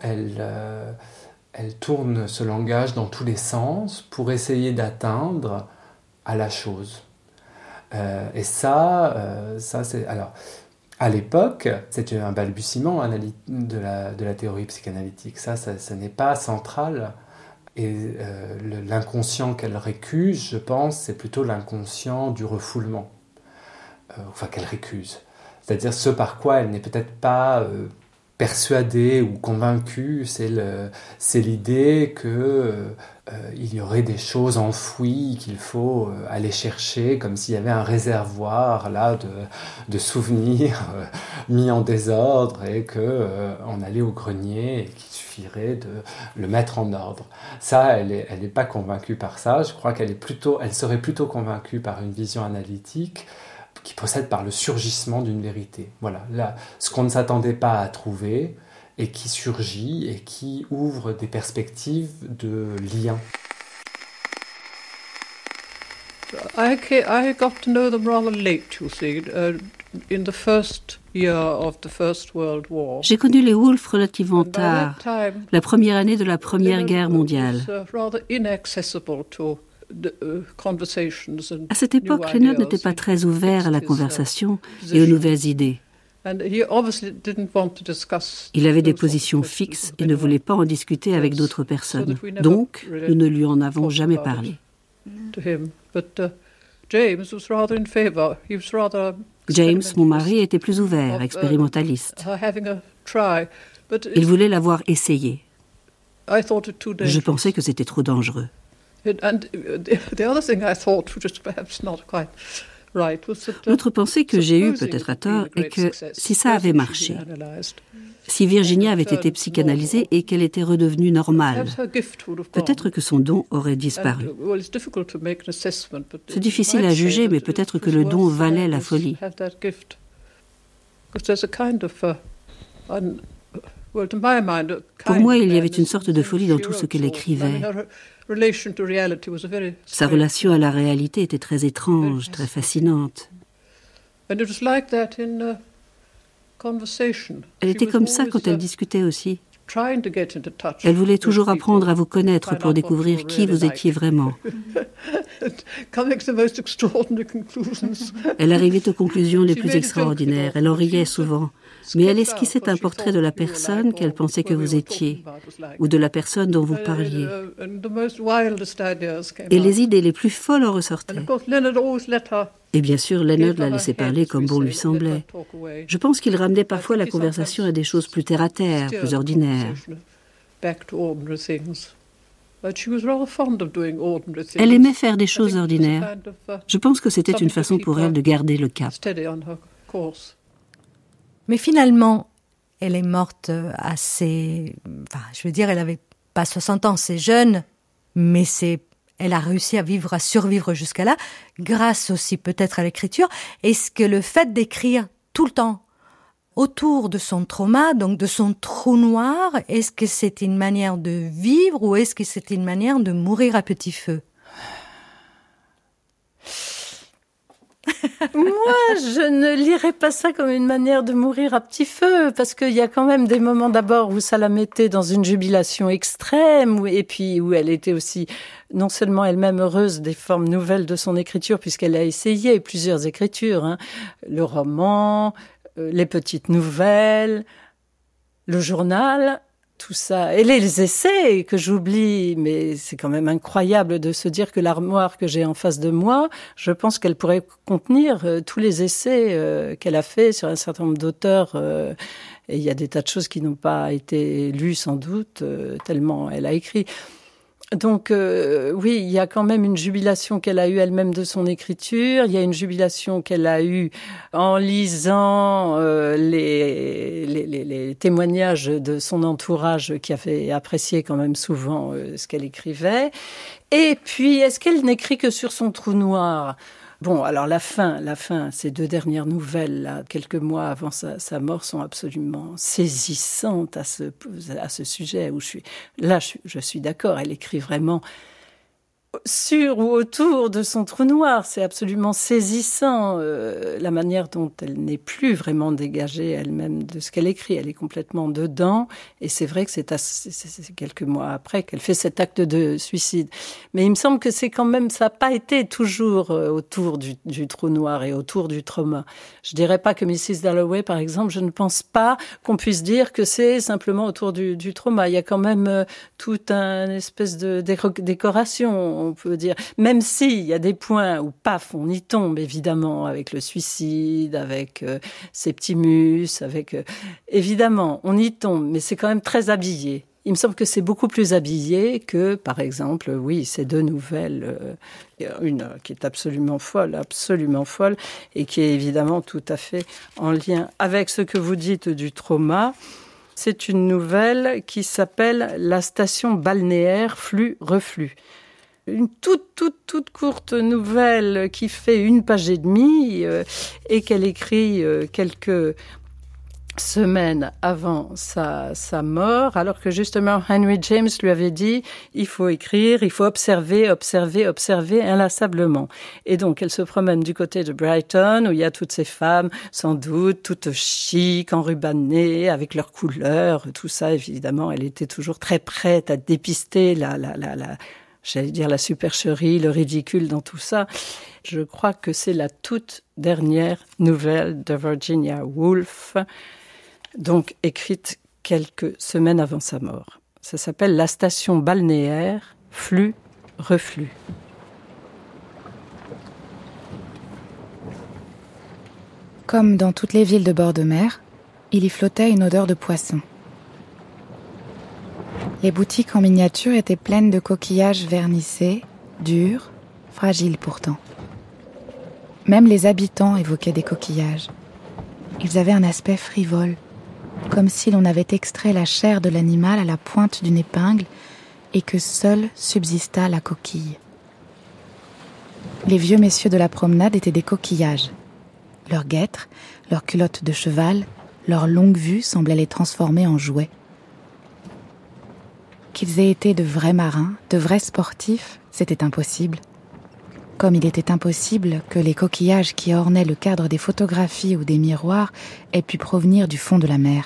elle tourne ce langage dans tous les sens pour essayer d'atteindre à la chose. Et ça c'est... Alors, à l'époque, c'était un balbutiement de la théorie psychanalytique. Ça n'est pas central. Et l'inconscient qu'elle récuse, je pense, c'est plutôt l'inconscient du refoulement. Qu'elle récuse. C'est-à-dire ce par quoi elle n'est peut-être pas... persuadée ou convaincue, c'est l'idée qu'il y aurait des choses enfouies qu'il faut aller chercher, comme s'il y avait un réservoir là de souvenirs mis en désordre et qu'on allait au grenier et qu'il suffirait de le mettre en ordre. Ça, elle est pas convaincue par ça. Je crois elle serait plutôt convaincue par une vision analytique qui procède par le surgissement d'une vérité. Voilà, là, ce qu'on ne s'attendait pas à trouver et qui surgit et qui ouvre des perspectives de lien. I got to know them rather late, you see, in the first year of the First World War. J'ai connu les Woolf relativement tard, la première année de la Première Guerre mondiale. À cette époque, Leonard n'était pas très ouvert à la conversation et aux nouvelles idées. Il avait des positions fixes et ne voulait pas en discuter avec d'autres personnes. Donc, nous ne lui en avons jamais parlé. James, mon mari, était plus ouvert, expérimentaliste. Il voulait l'avoir essayé. Je pensais que c'était trop dangereux. L'autre pensée que j'ai eue, peut-être à tort, est que si ça avait marché, si Virginia avait été psychanalysée et qu'elle était redevenue normale, peut-être que son don aurait disparu. C'est difficile à juger, mais peut-être que le don valait la folie. Pour moi, il y avait une sorte de folie dans tout ce qu'elle écrivait. Sa relation à la réalité était très étrange, très fascinante. Elle était comme ça quand elle discutait aussi. Elle voulait toujours apprendre à vous connaître pour découvrir qui vous étiez vraiment. Elle arrivait aux conclusions les plus extraordinaires. Elle en riait souvent. Mais elle esquissait un portrait de la personne qu'elle pensait que vous étiez, ou de la personne dont vous parliez. Et les idées les plus folles en ressortaient. Et bien sûr, Leonard la laissait parler comme bon lui semblait. Je pense qu'il ramenait parfois la conversation à des choses plus terre-à-terre, plus ordinaires. Elle aimait faire des choses ordinaires. Je pense que c'était une façon pour elle de garder le cap. Mais finalement, elle est morte assez... je veux dire, elle n'avait pas 60 ans, c'est jeune, mais elle a réussi à survivre jusqu'à là, grâce aussi peut-être à l'écriture. Est-ce que le fait d'écrire tout le temps autour de son trauma, donc de son trou noir, est-ce que c'est une manière de vivre ou est-ce que c'est une manière de mourir à petit feu? Moi, je ne lirais pas ça comme une manière de mourir à petit feu, parce qu'il y a quand même des moments d'abord où ça la mettait dans une jubilation extrême, et puis où elle était aussi non seulement elle-même heureuse des formes nouvelles de son écriture, puisqu'elle a essayé plusieurs écritures, le roman, les petites nouvelles, le journal, tout ça. Et les essais que j'oublie, mais c'est quand même incroyable de se dire que l'armoire que j'ai en face de moi, je pense qu'elle pourrait contenir tous les essais qu'elle a fait sur un certain nombre d'auteurs. Et il y a des tas de choses qui n'ont pas été lues sans doute, tellement elle a écrit. Donc oui, il y a quand même une jubilation qu'elle a eue elle-même de son écriture. Il y a une jubilation qu'elle a eue en lisant les témoignages de son entourage qui avait apprécié quand même souvent ce qu'elle écrivait. Et puis, est-ce qu'elle n'écrit que sur son trou noir ? Bon, alors la fin, ces 2 dernières nouvelles, là, quelques mois avant sa mort, sont absolument saisissantes à ce sujet où je suis d'accord, elle écrit vraiment sur ou autour de son trou noir. C'est absolument saisissant, la manière dont elle n'est plus vraiment dégagée elle-même de ce qu'elle écrit. Elle est complètement dedans, et c'est vrai que c'est quelques mois après qu'elle fait cet acte de suicide. Mais il me semble que c'est quand même, ça n'a pas été toujours autour du trou noir et autour du trauma. Je dirais pas que Mrs. Dalloway, par exemple, je ne pense pas qu'on puisse dire que c'est simplement autour du trauma. Il y a quand même toute une espèce de décoration, on peut dire, même s'il y a des points où, paf, on y tombe, évidemment, avec le suicide, avec Septimus, évidemment, on y tombe, mais c'est quand même très habillé. Il me semble que c'est beaucoup plus habillé que, par exemple, oui, ces 2 nouvelles, une qui est absolument folle, et qui est évidemment tout à fait en lien avec ce que vous dites du trauma. C'est une nouvelle qui s'appelle « La station balnéaire flux-reflux ». Une toute courte nouvelle qui fait 1 page et demie et qu'elle écrit quelques semaines avant sa mort, alors que justement Henry James lui avait dit il faut écrire, il faut observer inlassablement. Et donc elle se promène du côté de Brighton où il y a toutes ces femmes, sans doute toutes chic, enrubannées, avec leurs couleurs, tout ça évidemment. Elle était toujours très prête à dépister j'allais dire la supercherie, le ridicule dans tout ça. Je crois que c'est la toute dernière nouvelle de Virginia Woolf, donc écrite quelques semaines avant sa mort. Ça s'appelle « La station balnéaire, flux-reflux ». Comme dans toutes les villes de bord de mer, il y flottait une odeur de poisson. Les boutiques en miniature étaient pleines de coquillages vernissés, durs, fragiles pourtant. Même les habitants évoquaient des coquillages. Ils avaient un aspect frivole, comme si l'on avait extrait la chair de l'animal à la pointe d'une épingle et que seule subsistât la coquille. Les vieux messieurs de la promenade étaient des coquillages. Leurs guêtres, leurs culottes de cheval, leurs longues vues semblaient les transformer en jouets. Qu'ils aient été de vrais marins, de vrais sportifs, c'était impossible. Comme il était impossible que les coquillages qui ornaient le cadre des photographies ou des miroirs aient pu provenir du fond de la mer.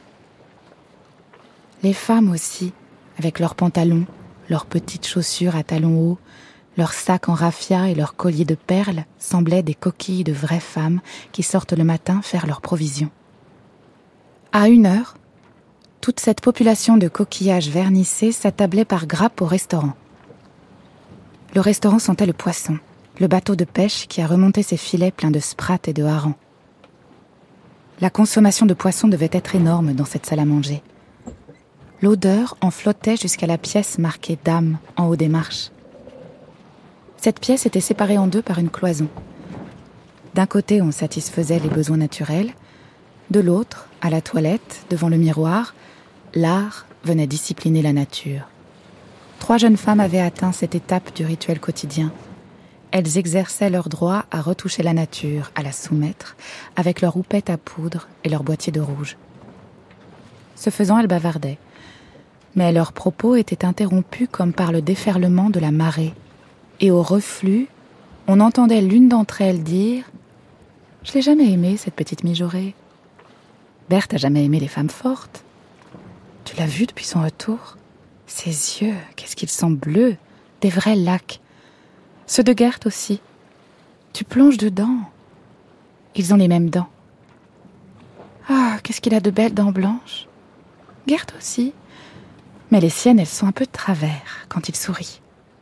Les femmes aussi, avec leurs pantalons, leurs petites chaussures à talons hauts, leurs sacs en raffia et leurs colliers de perles semblaient des coquilles de vraies femmes qui sortent le matin faire leurs provisions. À 1h, toute cette population de coquillages vernissés s'attablait par grappes au restaurant. Le restaurant sentait le poisson, le bateau de pêche qui a remonté ses filets pleins de sprats et de harengs. La consommation de poissons devait être énorme dans cette salle à manger. L'odeur en flottait jusqu'à la pièce marquée « Dame » en haut des marches. Cette pièce était séparée en deux par une cloison. D'un côté, on satisfaisait les besoins naturels. De l'autre, à la toilette, devant le miroir, l'art venait discipliner la nature. 3 jeunes femmes avaient atteint cette étape du rituel quotidien. Elles exerçaient leur droit à retoucher la nature, à la soumettre, avec leur houppette à poudre et leur boîtier de rouge. Ce faisant, elles bavardaient. Mais leurs propos étaient interrompus comme par le déferlement de la marée. Et au reflux, on entendait l'une d'entre elles dire « Je l'ai jamais aimée, cette petite mijaurée. Berthe a jamais aimé les femmes fortes. Tu l'as vue depuis son retour ? Ses yeux, qu'est-ce qu'ils sont bleus, des vrais lacs. Ceux de Gert aussi. Tu plonges dedans. Ils ont les mêmes dents. Ah, qu'est-ce qu'il a de belles dents blanches. Gert aussi. Mais les siennes, elles sont un peu de travers quand il sourit. »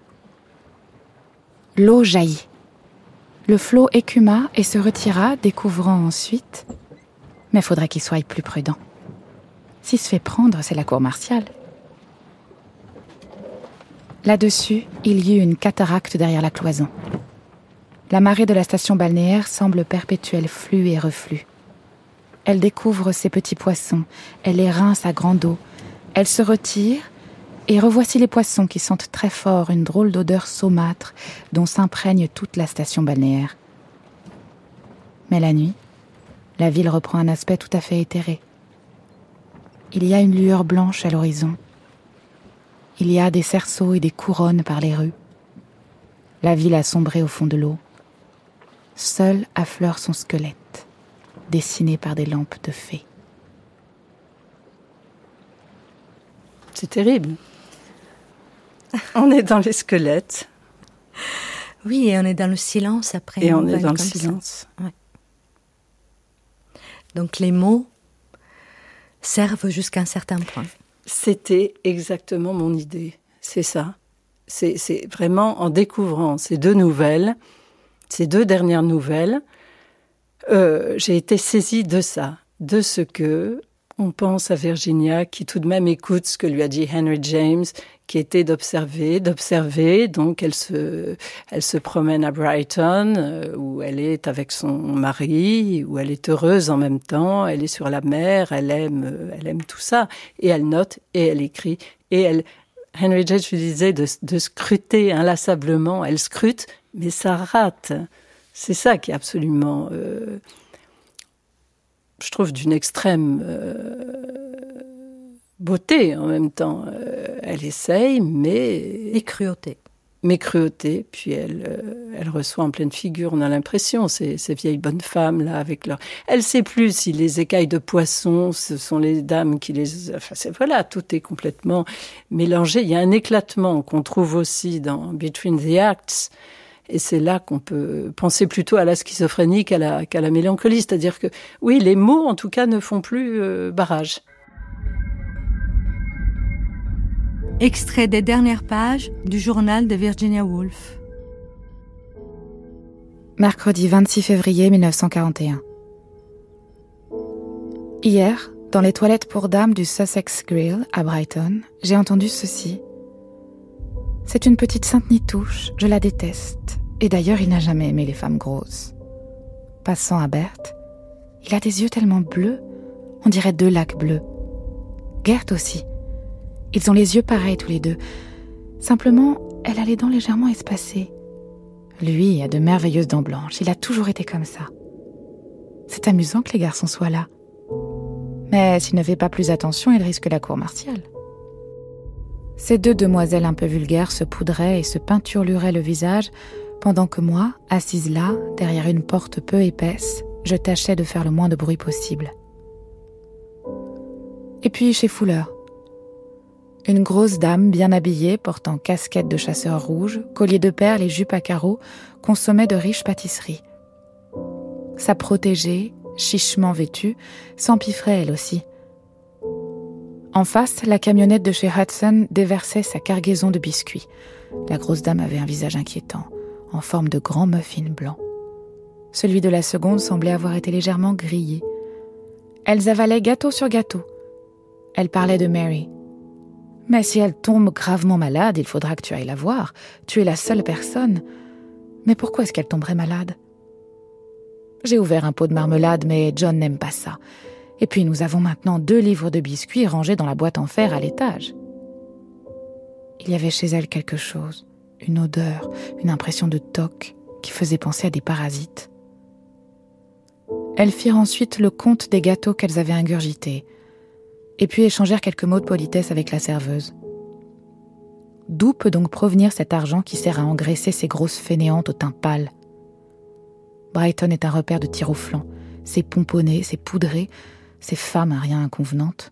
L'eau jaillit. Le flot écuma et se retira, découvrant ensuite... Mais faudrait qu'il soit plus prudent. S'il se fait prendre, c'est la cour martiale. Là-dessus, il y eut une cataracte derrière la cloison. La marée de la station balnéaire semble perpétuel flux et reflux. Elle découvre ses petits poissons, elle les rince à grande eau, elle se retire, et revoici les poissons qui sentent très fort une drôle d'odeur saumâtre dont s'imprègne toute la station balnéaire. Mais la nuit, la ville reprend un aspect tout à fait éthéré. Il y a une lueur blanche à l'horizon. Il y a des cerceaux et des couronnes par les rues. La ville a sombré au fond de l'eau. Seul affleure son squelette, dessiné par des lampes de fées. C'est terrible. On est dans les squelettes. Oui, et on est dans le silence après. Et on est dans le silence. Ouais. Donc les mots servent jusqu'à un certain point. C'était exactement mon idée. C'est ça. C'est vraiment en découvrant ces 2 nouvelles, ces 2 dernières nouvelles, j'ai été saisie de ça, de ce que on pense à Virginia, qui tout de même écoute ce que lui a dit Henry James, qui était d'observer. Donc elle se promène à Brighton, où elle est avec son mari, où elle est heureuse en même temps, elle est sur la mer, elle aime tout ça. Et elle note, et elle écrit, Henry James lui disait de scruter inlassablement, elle scrute, mais ça rate. C'est ça qui est absolument... je trouve d'une extrême beauté en même temps. Elle essaye, mais... Et cruauté. Mais cruauté, puis elle reçoit en pleine figure, on a l'impression, ces vieilles bonnes femmes, là, avec leur... Elle ne sait plus si les écailles de poisson, ce sont les dames qui les... Enfin, voilà, tout est complètement mélangé. Il y a un éclatement qu'on trouve aussi dans Between the Acts, et c'est là qu'on peut penser plutôt à la schizophrénie qu'à la mélancolie. C'est-à-dire que, oui, les mots, en tout cas, ne font plus barrage. Extrait des dernières pages du journal de Virginia Woolf. Mercredi 26 février 1941. Hier, dans les toilettes pour dames du Sussex Grill à Brighton, j'ai entendu ceci. C'est une petite sainte nitouche, je la déteste. Et d'ailleurs, il n'a jamais aimé les femmes grosses. Passant à Berthe, il a des yeux tellement bleus, on dirait 2 lacs bleus. Gert aussi. Ils ont les yeux pareils tous les 2. Simplement, elle a les dents légèrement espacées. Lui a de merveilleuses dents blanches, il a toujours été comme ça. C'est amusant que les garçons soient là. Mais s'il ne fait pas plus attention, il risque la cour martiale. Ces 2 demoiselles un peu vulgaires se poudraient et se peinturluraient le visage, pendant que moi, assise là, derrière une porte peu épaisse, je tâchais de faire le moins de bruit possible. Et puis chez Fuller. Une grosse dame bien habillée, portant casquette de chasseur rouge, collier de perles et jupe à carreaux, consommait de riches pâtisseries. Sa protégée, chichement vêtue, s'empiffrait elle aussi. En face, la camionnette de chez Hudson déversait sa cargaison de biscuits. La grosse dame avait un visage inquiétant, en forme de grand muffin blanc. Celui de la seconde semblait avoir été légèrement grillé. Elles avalaient gâteau sur gâteau. Elle parlait de Mary. Mais si elle tombe gravement malade, il faudra que tu ailles la voir. Tu es la seule personne. Mais pourquoi est-ce qu'elle tomberait malade ? J'ai ouvert un pot de marmelade, mais John n'aime pas ça. Et puis nous avons maintenant 2 livres de biscuits rangés dans la boîte en fer à l'étage. Il y avait chez elle quelque chose, une odeur, une impression de toc qui faisait penser à des parasites. Elles firent ensuite le compte des gâteaux qu'elles avaient ingurgités, et puis échangèrent quelques mots de politesse avec la serveuse. D'où peut donc provenir cet argent qui sert à engraisser ces grosses fainéantes au teint pâle ? Brighton est un repère de tir au flanc. C'est pomponné, c'est poudré, ces femmes à rien inconvenantes.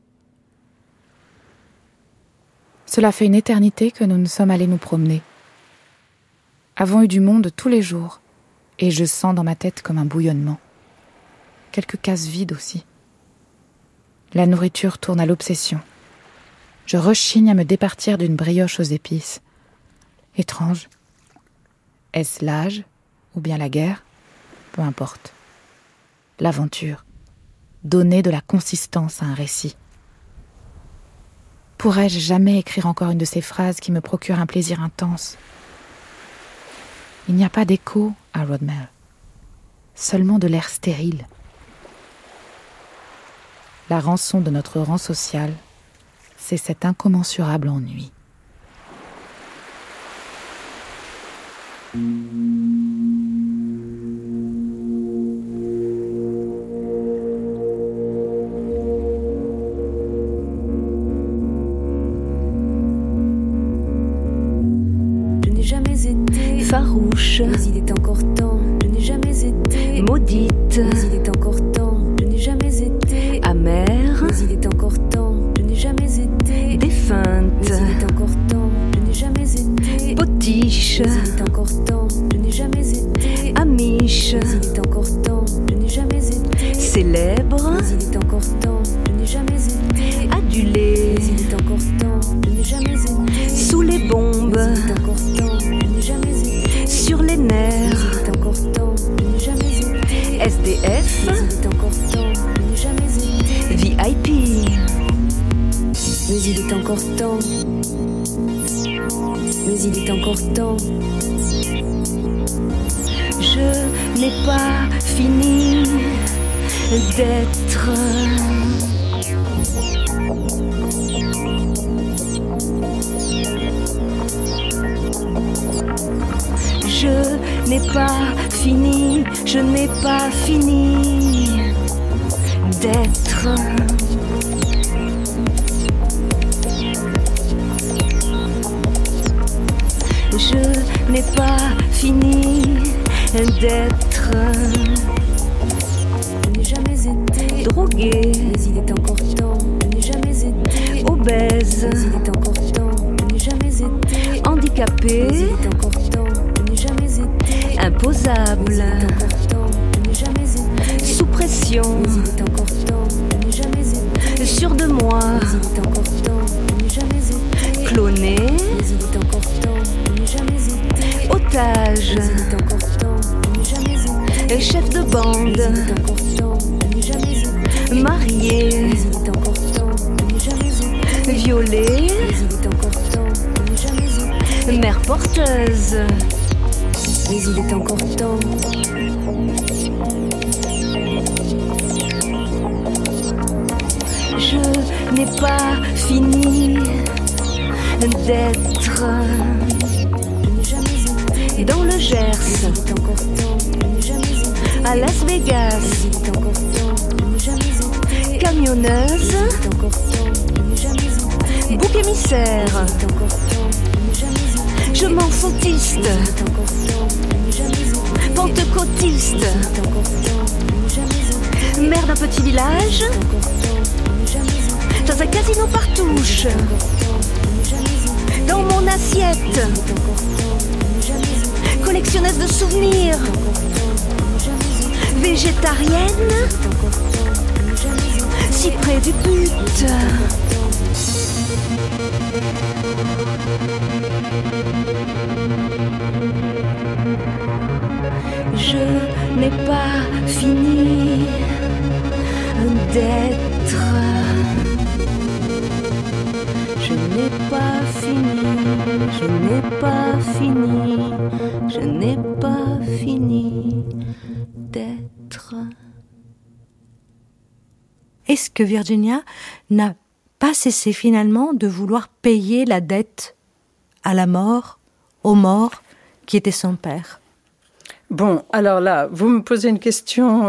Cela fait une éternité que nous ne sommes allés nous promener. Avons eu du monde tous les jours, et je sens dans ma tête comme un bouillonnement. Quelques cases vides aussi. La nourriture tourne à l'obsession. Je rechigne à me départir d'une brioche aux épices. Étrange. Est-ce l'âge ou bien la guerre ? Peu importe. L'aventure. Donner de la consistance à un récit. Pourrais-je jamais écrire encore une de ces phrases qui me procurent un plaisir intense ? Il n'y a pas d'écho à Rodmell. Seulement de l'air stérile. La rançon de notre rang social, c'est cet incommensurable ennui. Je n'ai jamais été farouche, mais il est encore temps. Je n'ai jamais été maudite, mais il est encore temps. Je n'ai jamais été amère, mais il est encore temps. Je n'ai jamais été défunte, mais il est encore temps. Je n'ai jamais été potiche, mais il est encore temps. Je n'ai jamais été amiche, mais il est encore temps. Je n'ai jamais été célèbre, mais il est encore temps. Je n'ai jamais été adulée, mais il est encore temps. Je n'ai jamais été sous les bombes, mais il est encore temps. Je n'ai jamais été sur les nerfs, mais il est encore temps. Je n'ai jamais été SDF, mais il est encore temps. Je n'ai jamais été VIP, mais il est encore temps. Mais il est encore temps. je n'ai pas fini d'être. Je n'ai pas fini, je n'ai pas fini d'être. Je n'ai pas fini d'être. Je n'ai jamais été drogué, mais il est encore temps. Je n'ai jamais été obèse, mais il est encore temps. Je n'ai jamais été handicapé, mais il est encore temps. Je n'ai jamais été imposable, mais il est encore temps. Je n'ai jamais été sous pression, mais il est encore temps. Je n'ai jamais été sûr de moi, mais il est encore temps. Je n'ai jamais été cloné, mais il est encore temps. Je n'ai jamais été otage, mais il est encore temps. Je n'ai jamais été chef de bande, mais il est encore temps. Je n'ai jamais été marié, mais il est encore temps. Je n'ai jamais été violé, mais il est encore temps. Je n'ai jamais été mère porteuse, mais il est encore temps. je n'ai pas fini d'être. Je n'ai jamais été Dans le Gers, mais il est encore temps. Je n'ai jamais été à Las mais Vegas, il est encore temps. Je n'ai jamais été camionneuse, il est encore temps. Je n'ai jamais été bouc émissaire, il est encore temps. Je n'ai jamais été je m'en sautiste, il est encore temps. Je n'ai jamais été pentecôtiste, il est encore temps. Je n'ai jamais été mère d'un petit village, il est encore temps. Je n'ai jamais été dans un casino par touche, encore temps. Je n'ai jamais été dans mon assiette, il est encore temps. Je n'ai jamais été collectionneuse de souvenirs, encore temps. Je n'ai jamais été végétarienne, encore temps. Je n'ai jamais été si près du but. Je n'ai pas fini d'être. Je n'ai pas fini, je n'ai pas fini d'être. Est-ce que Virginia n'a pas cessé finalement de vouloir payer la dette à la mort, au mort, qui était son père? Bon, alors là, vous me posez une question,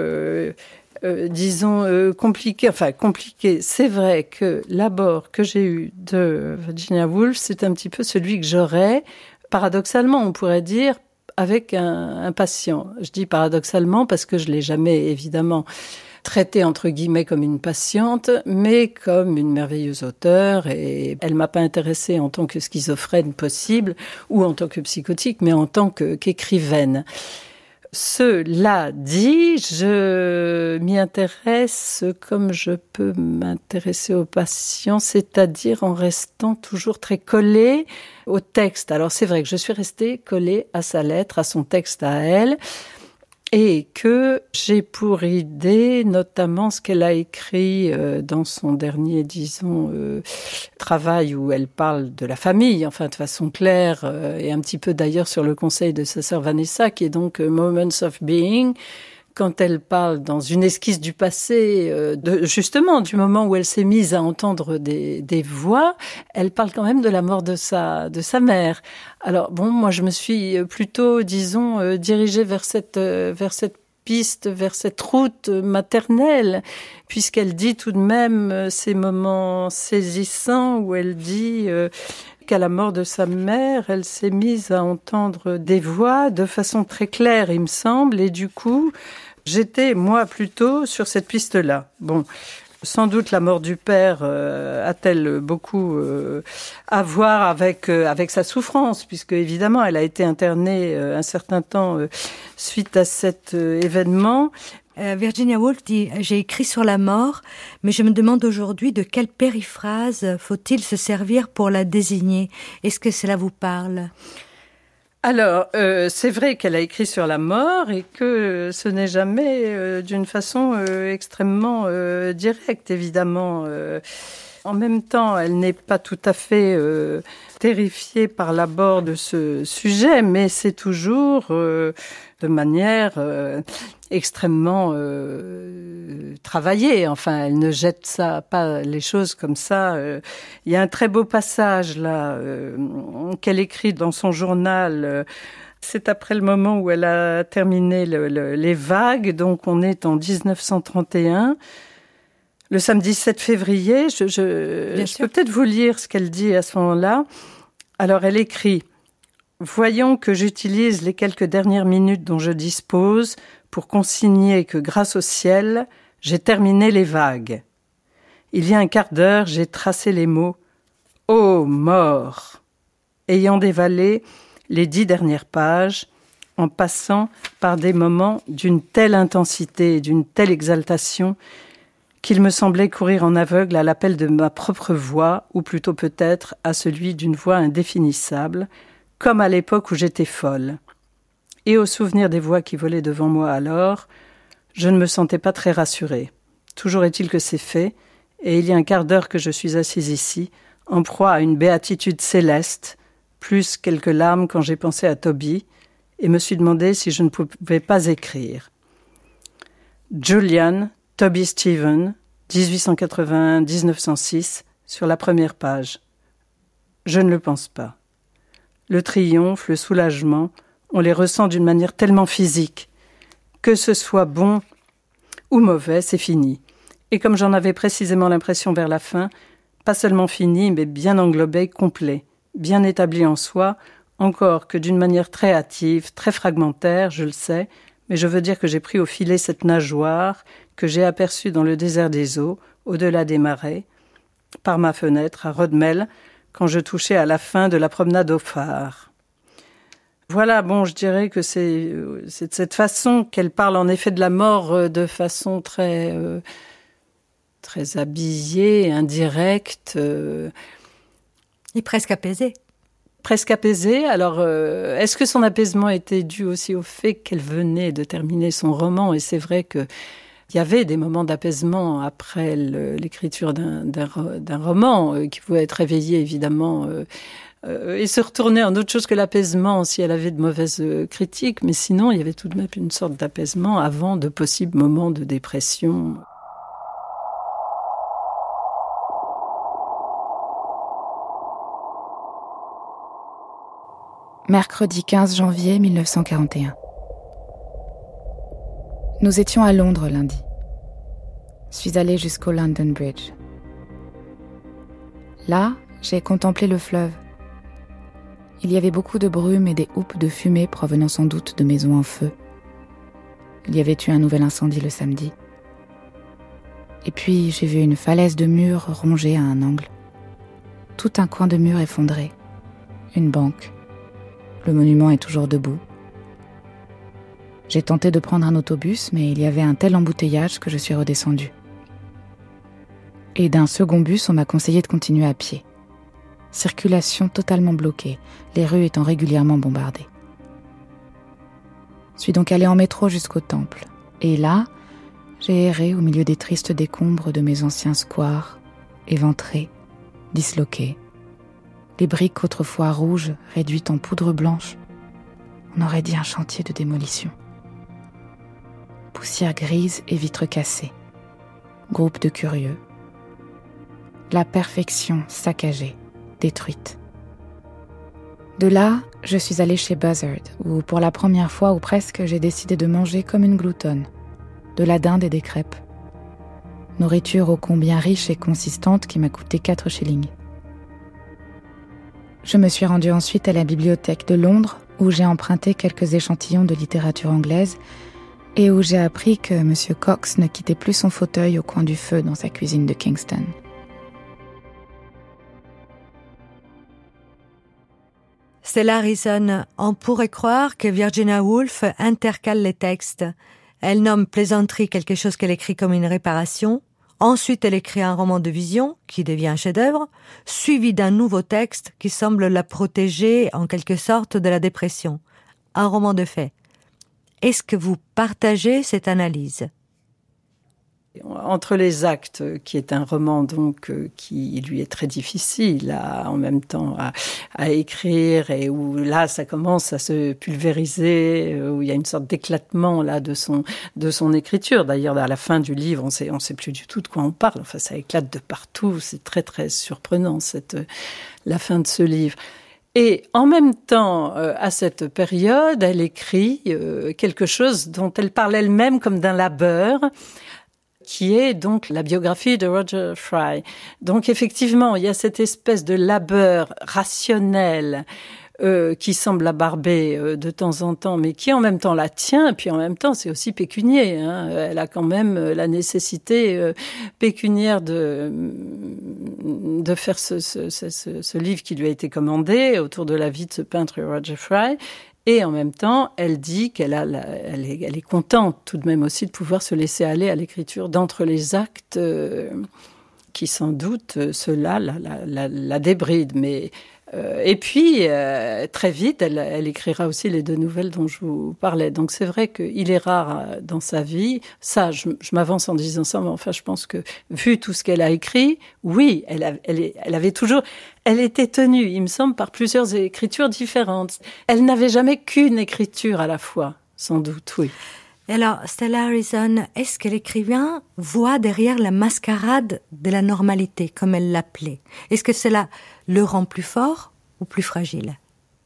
disons, compliquée. Enfin, compliquée. C'est vrai que l'abord que j'ai eu de Virginia Woolf, c'est un petit peu celui que j'aurais, paradoxalement, on pourrait dire, avec un patient. Je dis paradoxalement parce que je l'ai jamais, évidemment, traitée entre guillemets comme une patiente, mais comme une merveilleuse auteure, et elle m'a pas intéressée en tant que schizophrène possible ou en tant que psychotique, mais en tant qu'écrivaine. Cela dit, je m'y intéresse comme je peux m'intéresser aux patients, c'est-à-dire en restant toujours très collée au texte. Alors c'est vrai que je suis restée collée à sa lettre, à son texte à elle, et que j'ai pour idée notamment ce qu'elle a écrit dans son dernier, disons, travail où elle parle de la famille, enfin de façon claire, et un petit peu d'ailleurs sur le conseil de sa sœur Vanessa, qui est donc Moments of Being, quand elle parle dans une esquisse du passé, justement du moment où elle s'est mise à entendre des voix, elle parle quand même de la mort de sa mère. Alors bon, moi je me suis plutôt, disons, dirigée vers cette piste, vers cette route maternelle, puisqu'elle dit tout de même ces moments saisissants où elle dit qu'à la mort de sa mère, elle s'est mise à entendre des voix de façon très claire, il me semble, et du coup, j'étais, moi, plutôt sur cette piste-là. Bon, sans doute la mort du père a-t-elle beaucoup à voir avec sa souffrance, puisque évidemment, elle a été internée un certain temps suite à cet événement. Virginia Woolf dit « J'ai écrit sur la mort, mais je me demande aujourd'hui de quelle périphrase faut-il se servir pour la désigner. Est-ce que cela vous parle ?» Alors, c'est vrai qu'elle a écrit sur la mort et que ce n'est jamais d'une façon extrêmement directe, évidemment. En même temps, elle n'est pas tout à fait terrifiée par l'abord de ce sujet, mais c'est toujours de manière extrêmement travaillée. Enfin, elle ne jette pas les choses comme ça. Il y a un très beau passage là qu'elle écrit dans son journal. C'est après le moment où elle a terminé les vagues, donc on est en 1931. Le samedi 7 février, je peux peut-être vous lire ce qu'elle dit à ce moment-là. Alors, elle écrit « Voyons que j'utilise les quelques dernières minutes dont je dispose pour consigner que, grâce au ciel, j'ai terminé les vagues. Il y a un quart d'heure, j'ai tracé les mots « Ô mort !» ayant dévalé les 10 dernières pages, en passant par des moments d'une telle intensité et d'une telle exaltation qu'il me semblait courir en aveugle à l'appel de ma propre voix, ou plutôt peut-être à celui d'une voix indéfinissable, comme à l'époque où j'étais folle. Et au souvenir des voix qui volaient devant moi alors, je ne me sentais pas très rassurée. Toujours est-il que c'est fait, et il y a un quart d'heure que je suis assise ici, en proie à une béatitude céleste, plus quelques larmes quand j'ai pensé à Toby, et me suis demandé si je ne pouvais pas écrire. Julian, Toby Stephen, 1881-1906, sur la première page. Je ne le pense pas. Le triomphe, le soulagement, on les ressent d'une manière tellement physique. Que ce soit bon ou mauvais, c'est fini. Et comme j'en avais précisément l'impression vers la fin, pas seulement fini, mais bien englobé, complet, bien établi en soi, encore que d'une manière très hâtive, très fragmentaire, je le sais, mais je veux dire que j'ai pris au filet cette nageoire que j'ai aperçue dans le désert des eaux, au-delà des marais, par ma fenêtre à Rodmell, quand je touchais à la fin de la promenade au phare. Voilà, bon, je dirais que c'est de cette façon qu'elle parle en effet de la mort de façon très habillée, indirecte. Et presque apaisée. Presque apaisée. Alors, est-ce que son apaisement était dû aussi au fait qu'elle venait de terminer son roman ? Et c'est vrai que Il y avait des moments d'apaisement après l'écriture d'un roman qui pouvait être réveillé, évidemment, et se retourner en autre chose que l'apaisement si elle avait de mauvaises critiques. Mais sinon, il y avait tout de même une sorte d'apaisement avant de possibles moments de dépression. Mercredi 15 janvier 1941. Nous étions à Londres lundi. Je suis allée jusqu'au London Bridge. Là, j'ai contemplé le fleuve. Il y avait beaucoup de brume et des houppes de fumée provenant sans doute de maisons en feu. Il y avait eu un nouvel incendie le samedi. Et puis, j'ai vu une falaise de murs rongée à un angle. Tout un coin de mur effondré. Une banque. Le monument est toujours debout. J'ai tenté de prendre un autobus, mais il y avait un tel embouteillage que je suis redescendue. Et d'un second bus, on m'a conseillé de continuer à pied. Circulation totalement bloquée, les rues étant régulièrement bombardées. Je suis donc allée en métro jusqu'au temple. Et là, j'ai erré au milieu des tristes décombres de mes anciens squares, éventrés, disloqués. Les briques autrefois rouges, réduites en poudre blanche. On aurait dit un chantier de démolition. Poussière grise et vitres cassées. Groupe de curieux. La perfection saccagée, détruite. De là, je suis allée chez Buzzard, où pour la première fois ou presque, j'ai décidé de manger comme une gloutonne. De la dinde et des crêpes. Nourriture ô combien riche et consistante qui m'a coûté 4 shillings. Je me suis rendue ensuite à la bibliothèque de Londres, où j'ai emprunté quelques échantillons de littérature anglaise et où j'ai appris que M. Cox ne quittait plus son fauteuil au coin du feu dans sa cuisine de Kingston. Stella Harrison, on pourrait croire que Virginia Woolf intercale les textes. Elle nomme plaisanterie quelque chose qu'elle écrit comme une réparation. Ensuite, elle écrit un roman de vision, qui devient un chef-d'œuvre, suivi d'un nouveau texte qui semble la protéger, en quelque sorte, de la dépression. Un roman de fait. Est-ce que vous partagez cette analyse ? Entre les actes, qui est un roman donc qui lui est très difficile en même temps à écrire et où là ça commence à se pulvériser, où il y a une sorte d'éclatement là de son écriture. D'ailleurs à la fin du livre on sait plus du tout de quoi on parle. Enfin ça éclate de partout. C'est très très surprenant la fin de ce livre. Et en même temps, à cette période, elle écrit quelque chose dont elle parle elle-même comme d'un labeur, qui est donc la biographie de Roger Fry. Donc effectivement, il y a cette espèce de labeur rationnel qui semble la barber de temps en temps, mais qui en même temps la tient, et puis en même temps c'est aussi pécunier. Hein. Elle a quand même la nécessité pécuniaire de faire ce livre qui lui a été commandé autour de la vie de ce peintre Roger Fry. Et en même temps, elle dit qu'elle est contente tout de même aussi de pouvoir se laisser aller à l'écriture d'entre les actes qui sans doute cela la débrident. Mais et puis très vite, elle écrira aussi les 2 nouvelles dont je vous parlais. Donc c'est vrai qu'il est rare dans sa vie. Ça, je m'avance en disant ça, mais enfin je pense que vu tout ce qu'elle a écrit, oui, elle avait toujours. Elle était tenue, il me semble, par plusieurs écritures différentes. Elle n'avait jamais qu'une écriture à la fois, sans doute, oui. Et alors, Stella Harrison, est-ce que l'écrivain voit derrière la mascarade de la normalité, comme elle l'appelait ? Est-ce que cela le rend plus fort ou plus fragile ?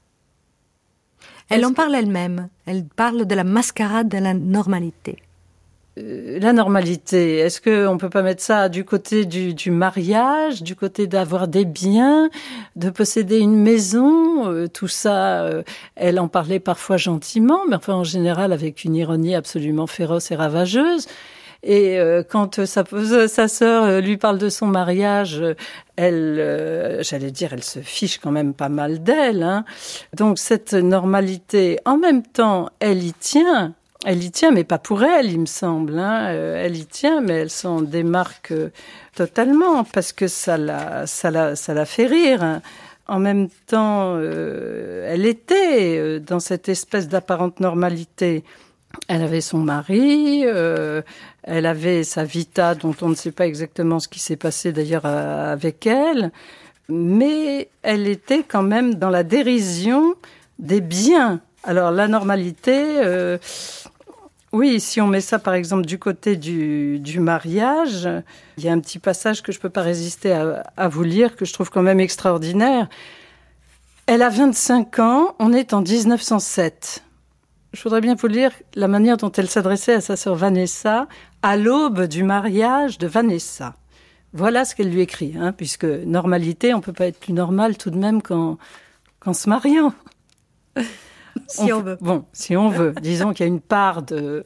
Elle en parle elle-même. Elle parle de la mascarade de la normalité. La normalité, est-ce qu'on peut pas mettre ça du côté du mariage, du côté d'avoir des biens, de posséder une maison, tout ça, elle en parlait parfois gentiment, mais enfin en général avec une ironie absolument féroce et ravageuse. Et quand sa sœur lui parle de son mariage, elle se fiche quand même pas mal d'elle. Hein. Donc cette normalité, en même temps, elle y tient, mais pas pour elle, il me semble. Hein. Elle y tient, mais elle s'en démarque totalement parce que ça la fait rire. Hein. En même temps, elle était dans cette espèce d'apparente normalité. Elle avait son mari, Elle avait sa vita, dont on ne sait pas exactement ce qui s'est passé d'ailleurs avec elle, mais elle était quand même dans la dérision des biens. Alors la normalité, oui, si on met ça par exemple du côté du mariage, il y a un petit passage que je ne peux pas résister à vous lire, que je trouve quand même extraordinaire. Elle a 25 ans, on est en 1907. Je voudrais bien vous lire la manière dont elle s'adressait à sa sœur Vanessa à l'aube du mariage de Vanessa. Voilà ce qu'elle lui écrit, puisque normalité, on ne peut pas être plus normal tout de même qu'en se mariant. Si on veut. Bon, si on veut. Disons qu'il y a une part de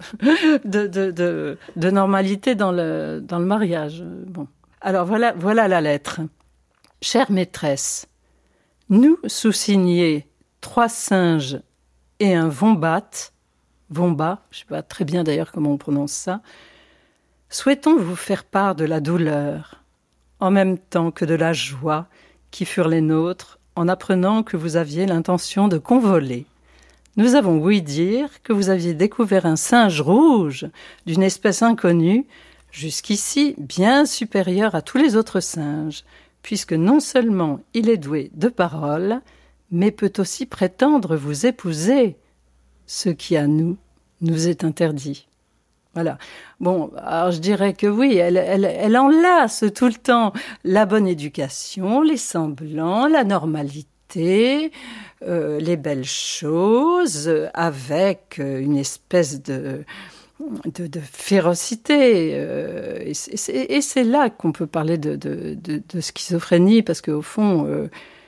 normalité dans le mariage. Bon. Alors voilà la lettre. Chère maîtresse, nous sous-signés 3 singes et un vombat, je ne sais pas très bien d'ailleurs comment on prononce ça, souhaitons vous faire part de la douleur, en même temps que de la joie qui furent les nôtres en apprenant que vous aviez l'intention de convoler. Nous avons ouï dire que vous aviez découvert un singe rouge d'une espèce inconnue, jusqu'ici bien supérieur à tous les autres singes, puisque non seulement il est doué de parole, mais peut aussi prétendre vous épouser, ce qui à nous est interdit. Voilà. Bon, alors je dirais que oui, elle enlace tout le temps la bonne éducation, les semblants, la normalité, les belles choses, avec une espèce de férocité. Et c'est là qu'on peut parler de schizophrénie, parce qu'au fond,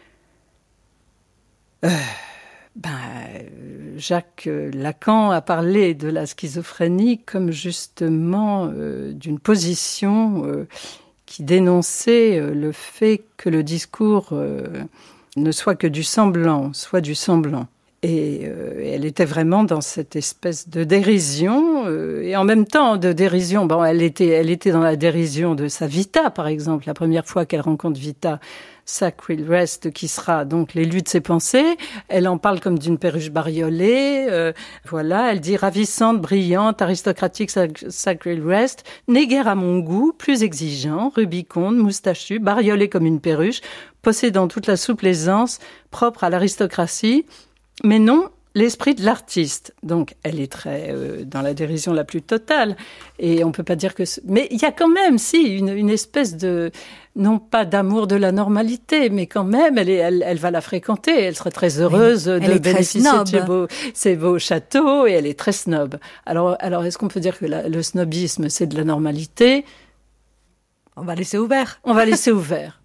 Jacques Lacan a parlé de la schizophrénie comme justement d'une position qui dénonçait le fait que le discours ne soit que du semblant, soit du semblant. Et elle était vraiment dans cette espèce de dérision, et en même temps de dérision. Bon, elle était dans la dérision de sa Vita, par exemple. La première fois qu'elle rencontre Vita, Sacred Rest, qui sera donc l'élu de ses pensées, elle en parle comme d'une perruche bariolée. Voilà, elle dit ravissante, brillante, aristocratique, Sacred Rest, n'est guère à mon goût, plus exigeant, rubiconde, moustachu, bariolé comme une perruche, possédant toute la souple aisance propre à l'aristocratie. Mais non, l'esprit de l'artiste. Donc, elle est très dans la dérision la plus totale. Et on peut pas dire que... Mais il y a quand même, si, une espèce de... Non pas d'amour de la normalité, mais quand même, elle va la fréquenter. Elle serait très heureuse de bénéficier de ces beaux châteaux, et elle est très snob. Alors est-ce qu'on peut dire que le snobisme, c'est de la normalité ? On va laisser ouvert. On va laisser ouvert.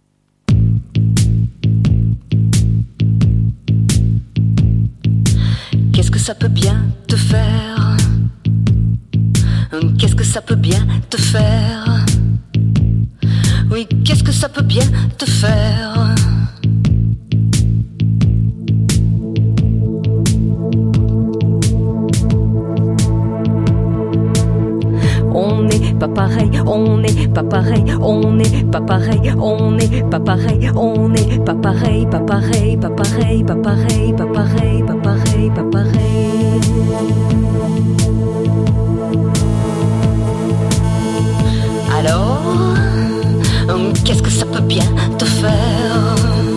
Qu'est-ce que ça peut bien te faire ? Qu'est-ce que ça peut bien te faire ? Oui, qu'est-ce que ça peut bien te faire ? On n'est pas pareil, on n'est pas pareil, on n'est pas pareil, on n'est pas pareil, on n'est pas pareil, pas pareil, pas pareil, pas pareil, pas pareil, pas pareil, pas pareil. Alors, qu'est-ce que ça peut bien te faire ?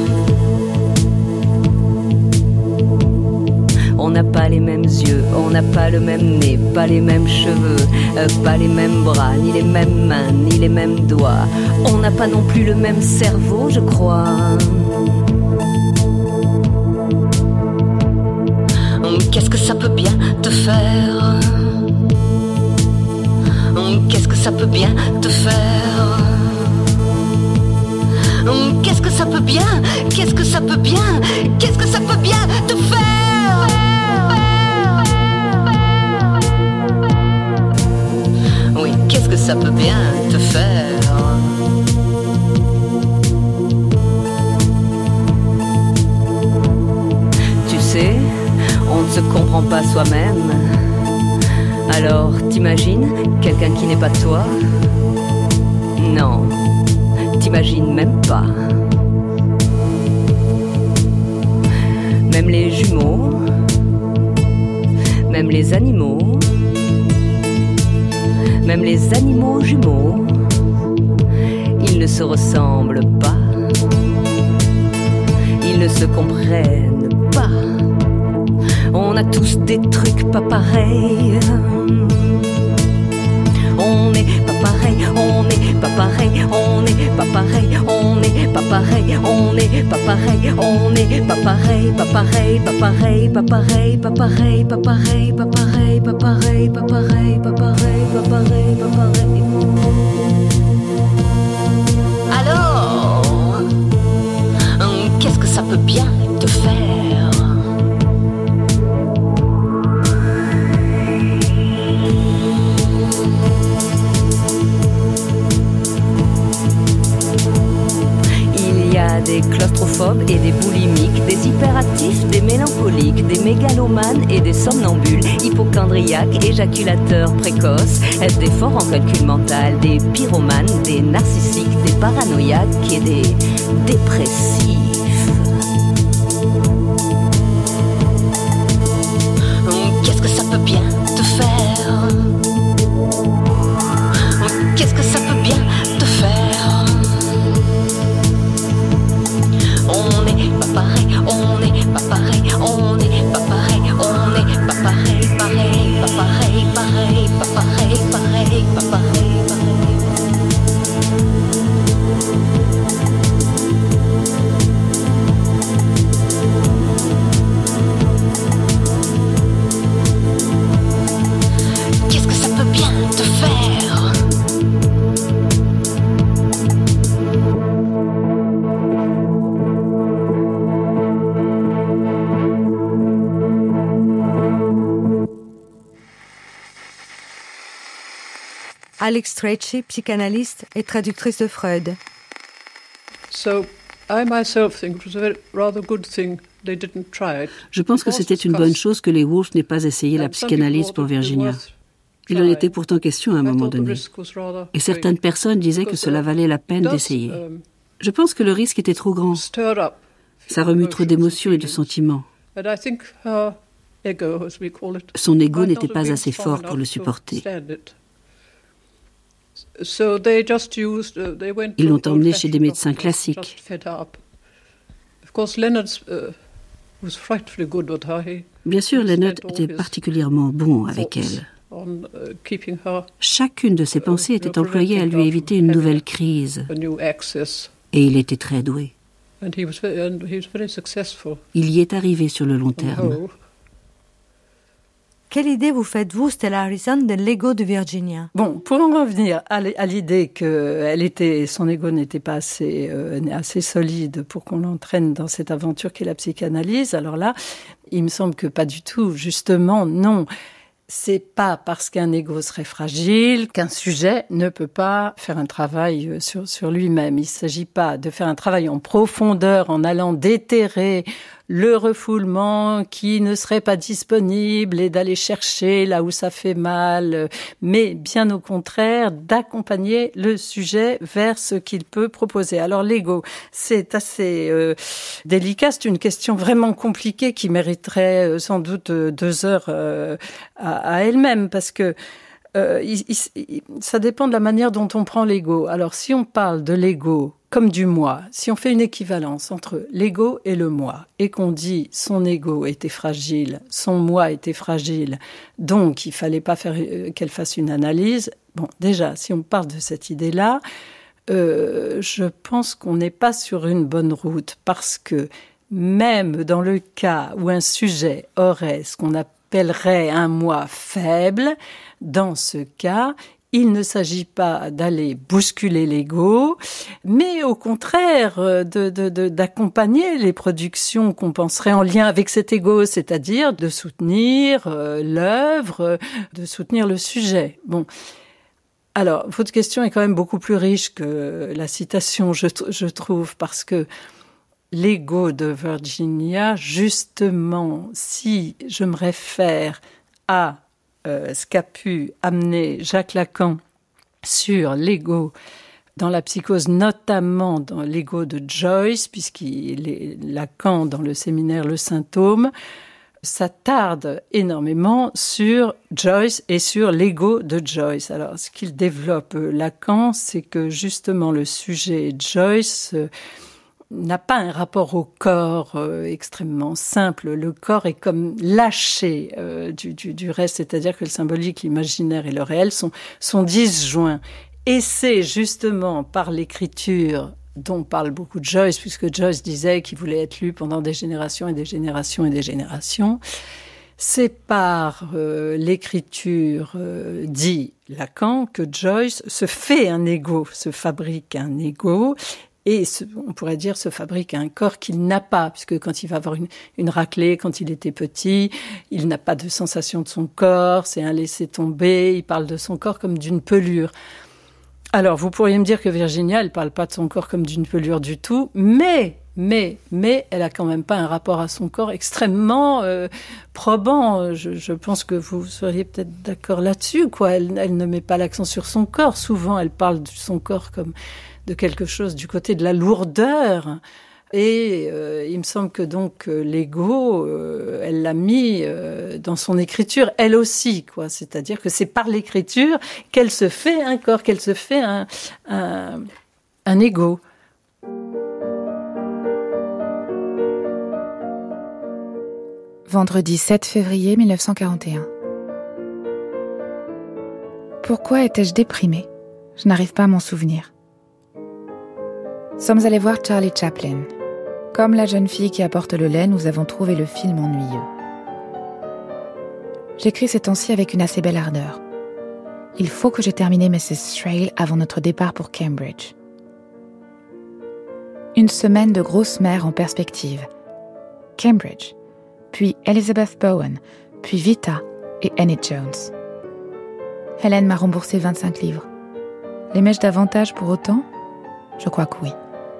On n'a pas les mêmes yeux, on n'a pas le même nez, pas les mêmes cheveux, pas les mêmes bras, ni les mêmes mains, ni les mêmes doigts. On n'a pas non plus le même cerveau, je crois. Qu'est-ce que ça peut bien te faire ? Qu'est-ce que ça peut bien te faire ? Qu'est-ce que ça peut bien ? Qu'est-ce que ça peut bien ? Qu'est-ce que ça peut bien te faire ? Oui, qu'est-ce que ça peut bien te faire ? Tu sais, on ne se comprend pas soi-même. Alors, t'imagines quelqu'un qui n'est pas toi ? Non, t'imagines même pas. Même les jumeaux, même les animaux, même les animaux jumeaux, ils ne se ressemblent pas, ils ne se comprennent pas. On a tous des trucs pas pareils. On n'est pas pareil, on n'est pas pareil, on n'est pas pareil, on n'est pas pareil, on n'est pas pareil, on n'est pas pareil, pas pareil, pas pareil, pas pareil, pas pareil, pas pareil, pas pareil, pas pareil, pas pareil, pas pareil, pas pareil, pas pareil. Alors, qu'est-ce que ça peut bien te faire? Des claustrophobes et des boulimiques, des hyperactifs, des mélancoliques, des mégalomanes et des somnambules, hypochondriaques, éjaculateurs précoces, des forts en calcul mental, des pyromanes, des narcissiques, des paranoïaques et des dépressifs. Qu'est-ce que ça peut bien te faire? Qu'est-ce que ça peut bien te faire? On n'est pas pareil, on n'est pas pareil, on n'est pas pareil, on n'est pas pareil, pareil, pas pareil, pareil, pas pareil, pareil, pas pareil, pareil. Qu'est-ce que ça peut bien te faire? Alex Strachey, psychanalyste et traductrice de Freud. So, I myself think it was a rather good thing they didn't try it. Je pense que c'était une bonne chose que les Woolf n'aient pas essayé la psychanalyse pour Virginia. Il en était pourtant question à un moment donné. Et certaines personnes disaient que cela valait la peine d'essayer. Je pense que le risque était trop grand. Ça remue trop d'émotions et de sentiments. Son ego n'était pas assez fort pour le supporter. Ils l'ont emmené chez des médecins classiques. Bien sûr, Leonard était particulièrement bon avec elle. Chacune de ses pensées était employée à lui éviter une nouvelle crise. Et il était très doué. Il y est arrivé sur le long terme. Quelle idée vous faites-vous, Stella Harrison, de l'ego de Virginia? Bon, pour en revenir à l'idée que son ego n'était pas assez solide pour qu'on l'entraîne dans cette aventure qu'est la psychanalyse, alors là, il me semble que pas du tout. Justement, non. C'est pas parce qu'un ego serait fragile qu'un sujet ne peut pas faire un travail sur lui-même. Il ne s'agit pas de faire un travail en profondeur en allant déterrer le refoulement qui ne serait pas disponible et d'aller chercher là où ça fait mal, mais bien au contraire d'accompagner le sujet vers ce qu'il peut proposer. Alors l'ego, c'est assez délicat, c'est une question vraiment compliquée qui mériterait sans doute 2 heures à elle-même, parce que ça dépend de la manière dont on prend l'ego. Alors si on parle de l'ego comme du moi, si on fait une équivalence entre l'ego et le moi, et qu'on dit son ego était fragile, son moi était fragile, donc il fallait pas qu'elle fasse une analyse. Bon, déjà, si on parle de cette idée-là, je pense qu'on n'est pas sur une bonne route, parce que même dans le cas où un sujet aurait ce qu'on appellerait un moi faible, dans ce cas, il ne s'agit pas d'aller bousculer l'ego, mais au contraire d'accompagner les productions qu'on penserait en lien avec cet ego, c'est-à-dire de soutenir l'œuvre, de soutenir le sujet. Bon, alors votre question est quand même beaucoup plus riche que la citation, je trouve, parce que l'ego de Virginia, justement, si je me réfère à ce qu'a pu amener Jacques Lacan sur l'ego dans la psychose, notamment dans l'ego de Joyce, puisqu'il est Lacan dans le séminaire Le Symptôme, s'attarde énormément sur Joyce et sur l'ego de Joyce. Alors, ce qu'il développe, Lacan, c'est que justement le sujet Joyce n'a pas un rapport au corps extrêmement simple. Le corps est comme lâché du reste, c'est-à-dire que le symbolique, l'imaginaire et le réel sont disjoints. Et c'est justement par l'écriture dont parle beaucoup Joyce, puisque Joyce disait qu'il voulait être lu pendant des générations et des générations et des générations. C'est par l'écriture, dit Lacan, que Joyce se fait un ego, se fabrique un ego, et on pourrait dire se fabrique un corps qu'il n'a pas, puisque quand il va avoir une raclée, quand il était petit, il n'a pas de sensation de son corps, c'est un laisser tomber, il parle de son corps comme d'une pelure. Alors, vous pourriez me dire que Virginia, elle parle pas de son corps comme d'une pelure du tout, mais elle a quand même pas un rapport à son corps extrêmement probant. Je pense que vous seriez peut-être d'accord là-dessus, quoi. Elle ne met pas l'accent sur son corps. Souvent, elle parle de son corps comme de quelque chose du côté de la lourdeur. Et il me semble que donc l'ego, elle l'a mis dans son écriture, elle aussi, quoi. C'est-à-dire que c'est par l'écriture qu'elle se fait un corps, qu'elle se fait un ego. Vendredi 7 février 1941. Pourquoi étais-je déprimée ? Je n'arrive pas à m'en souvenir. Sommes allés voir Charlie Chaplin. Comme la jeune fille qui apporte le lait, nous avons trouvé le film ennuyeux. J'écris ces temps-ci avec une assez belle ardeur. Il faut que j'aie terminé Mrs. Thrale avant notre départ pour Cambridge. Une semaine de grosse mer en perspective. Cambridge, puis Elizabeth Bowen, puis Vita et Enid Jones. Hélène m'a remboursé 25 livres. Les mèches davantage pour autant ? Je crois que oui.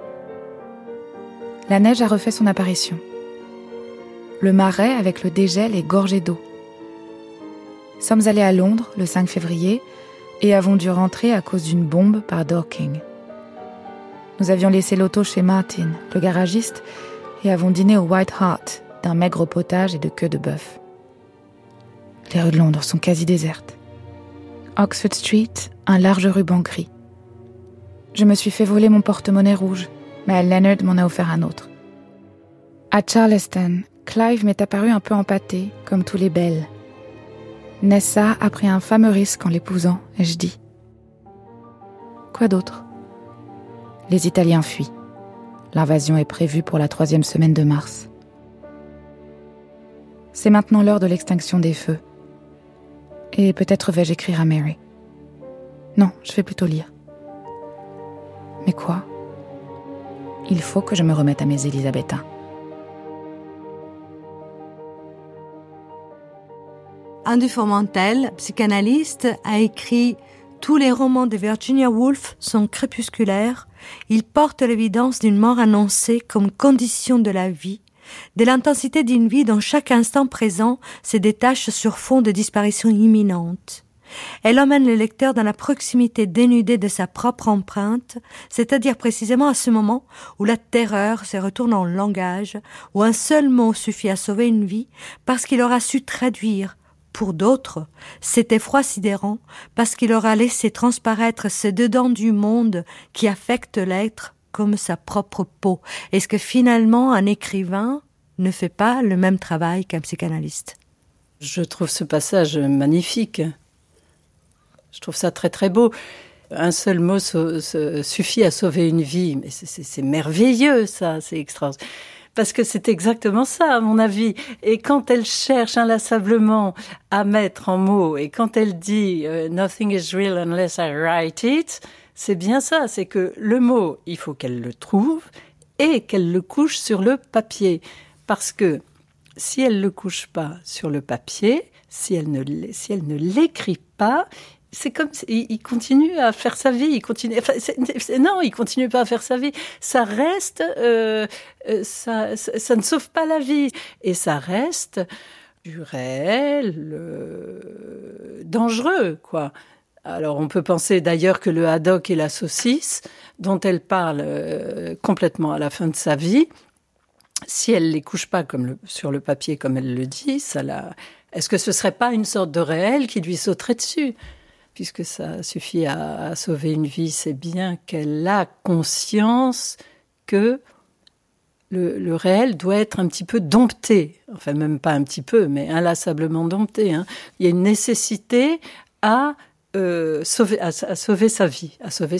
La neige a refait son apparition. Le marais, avec le dégel, est gorgé d'eau. Sommes allés à Londres le 5 février et avons dû rentrer à cause d'une bombe par Dorking. Nous avions laissé l'auto chez Martin, le garagiste, et avons dîné au White Hart d'un maigre potage et de queue de bœuf. Les rues de Londres sont quasi désertes. Oxford Street, un large ruban gris. Je me suis fait voler mon porte-monnaie rouge, mais Leonard m'en a offert un autre. À Charleston, Clive m'est apparu un peu empâté, comme tous les belles. Nessa a pris un fameux risque en l'épousant, ai-je dit. Quoi d'autre ? Les Italiens fuient. L'invasion est prévue pour la 3e semaine de mars. C'est maintenant l'heure de l'extinction des feux. Et peut-être vais-je écrire à Mary. Non, je vais plutôt lire. Mais quoi ? Il faut que je me remette à mes élisabétains. Andy Formentel, psychanalyste, a écrit « Tous les romans de Virginia Woolf sont crépusculaires. Ils portent l'évidence d'une mort annoncée comme condition de la vie, de l'intensité d'une vie dont chaque instant présent se détache sur fond de disparition imminente. Elle emmène le lecteur dans la proximité dénudée de sa propre empreinte, c'est-à-dire précisément à ce moment où la terreur se retourne en langage, où un seul mot suffit à sauver une vie parce qu'il aura su traduire. Pour d'autres, cet effroi sidérant parce qu'il aura laissé transparaître ce dedans du monde qui affecte l'être comme sa propre peau. Est-ce que finalement un écrivain ne fait pas le même travail qu'un psychanalyste ? Je trouve ce passage magnifique. Je trouve ça très très beau. Un seul mot suffit à sauver une vie. Mais c'est merveilleux ça, c'est extraordinaire. Parce que c'est exactement ça, à mon avis. Et quand elle cherche inlassablement à mettre en mots, et quand elle dit « Nothing is real unless I write it », c'est bien ça, c'est que le mot, il faut qu'elle le trouve et qu'elle le couche sur le papier. Parce que si elle ne le couche pas sur le papier, si elle ne l'écrit pas, c'est comme il continue à faire sa vie, il continue pas à faire sa vie, ça reste ça ne sauve pas la vie et ça reste du réel dangereux, quoi. Alors on peut penser d'ailleurs que le haddock et la saucisse dont elle parle complètement à la fin de sa vie, si elle les couche pas sur le papier comme elle le dit, est-ce que ce serait pas une sorte de réel qui lui sauterait dessus? Puisque ça suffit à sauver une vie, c'est bien qu'elle a conscience que le réel doit être un petit peu dompté. Enfin, même pas un petit peu, mais inlassablement dompté. Hein. Il y a une nécessité à sauver sa vie,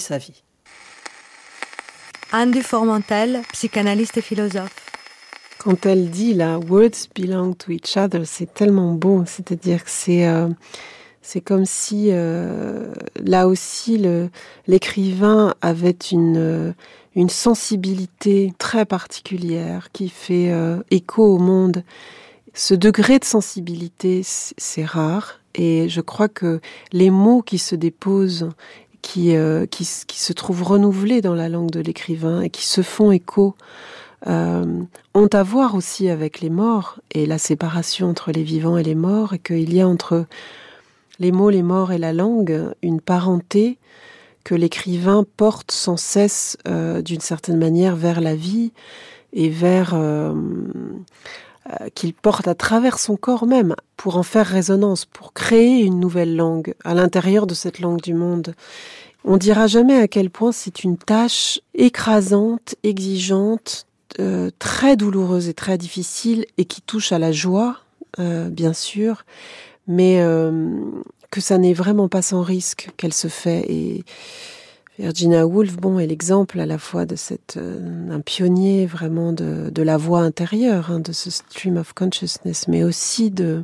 Anne Dufourmentel, psychanalyste et philosophe. Quand elle dit là, words belong to each other, c'est tellement beau. C'est-à-dire que c'est comme si là aussi l'écrivain avait une sensibilité très particulière qui fait écho au monde. Ce degré de sensibilité, c'est rare, et je crois que les mots qui se déposent, qui se trouvent renouvelés dans la langue de l'écrivain et qui se font écho, ont à voir aussi avec les morts et la séparation entre les vivants et les morts, et qu'il y a entre les mots, les morts et la langue une parenté que l'écrivain porte sans cesse d'une certaine manière vers la vie et vers qu'il porte à travers son corps même pour en faire résonance, pour créer une nouvelle langue à l'intérieur de cette langue du monde. On dira jamais à quel point c'est une tâche écrasante, exigeante, très douloureuse et très difficile, et qui touche à la joie, bien sûr, mais que ça n'est vraiment pas sans risque qu'elle se fait. Et Virginia Woolf, est l'exemple à la fois de un pionnier vraiment de la voix intérieure, de ce stream of consciousness, mais aussi de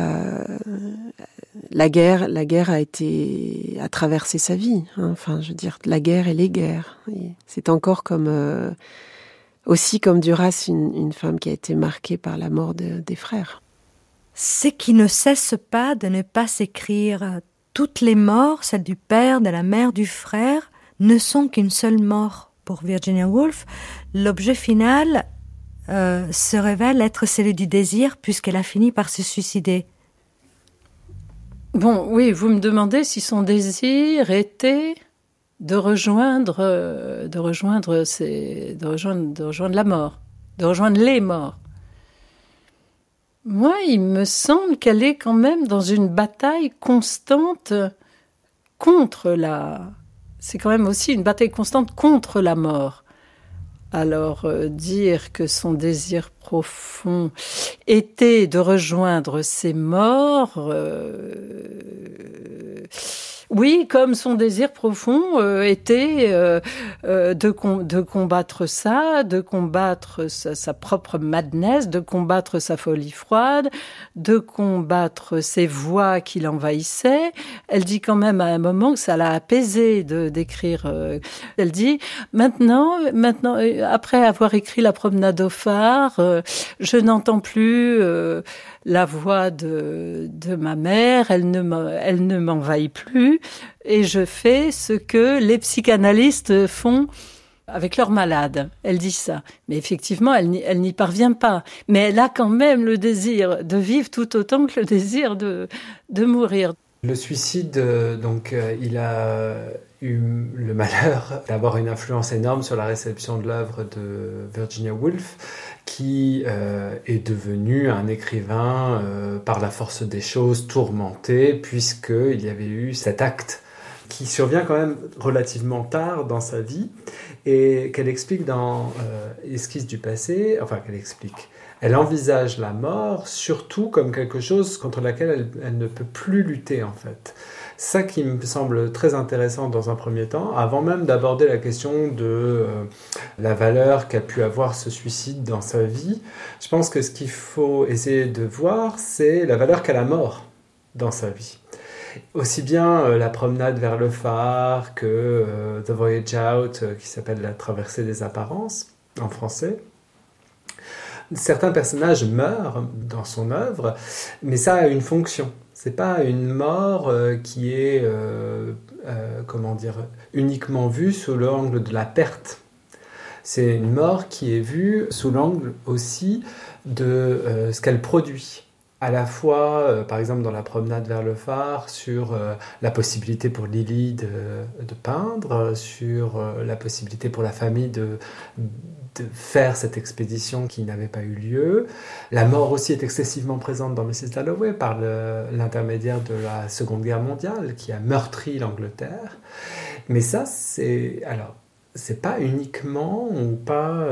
la guerre a traversé sa vie. Enfin, je veux dire, la guerre et les guerres. Et c'est encore aussi comme Duras, une femme qui a été marquée par la mort des frères. C'est qui ne cesse pas de ne pas s'écrire. Toutes les morts, celles du père, de la mère, du frère, ne sont qu'une seule mort. Pour Virginia Woolf, l'objet final se révèle être celui du désir, puisqu'elle a fini par se suicider. Bon, oui, vous me demandez si son désir était de rejoindre la mort, de rejoindre les morts. Moi, il me semble qu'elle est quand même dans une bataille constante c'est quand même aussi une bataille constante contre la mort. Alors, dire que son désir profond était de rejoindre ces morts, oui, comme son désir profond était de combattre ça, de combattre sa propre madness, de combattre sa folie froide, de combattre ces voix qui l'envahissaient. Elle dit quand même à un moment que ça l'a apaisée d'écrire. Elle dit maintenant, après avoir écrit La promenade au phare, je n'entends plus la voix de ma mère, elle ne m'envahit plus, et je fais ce que les psychanalystes font avec leurs malades. Elle dit ça. Mais effectivement, elle n'y parvient pas. Mais elle a quand même le désir de vivre tout autant que le désir de mourir. Le suicide, il a eu le malheur d'avoir une influence énorme sur la réception de l'œuvre de Virginia Woolf, qui est devenu un écrivain par la force des choses tourmenté, puisqu'il y avait eu cet acte qui survient quand même relativement tard dans sa vie, et qu'elle explique dans Esquisse du passé, elle envisage la mort surtout comme quelque chose contre laquelle elle ne peut plus lutter, en fait. Ça qui me semble très intéressant dans un premier temps, avant même d'aborder la question de la valeur qu'a pu avoir ce suicide dans sa vie. Je pense que ce qu'il faut essayer de voir, c'est la valeur qu'a la mort dans sa vie. Aussi bien la promenade vers le phare que The Voyage Out, qui s'appelle La traversée des apparences, en français. Certains personnages meurent dans son œuvre, mais ça a une fonction. C'est pas une mort qui est uniquement vue sous l'angle de la perte. C'est une mort qui est vue sous l'angle aussi de ce qu'elle produit. à la fois, par exemple dans la promenade vers le phare, sur la possibilité pour Lily de peindre, sur la possibilité pour la famille de faire cette expédition qui n'avait pas eu lieu. La mort aussi est excessivement présente dans Mrs. Dalloway par l'intermédiaire de la Seconde Guerre mondiale qui a meurtri l'Angleterre. Mais ça, c'est pas uniquement ou pas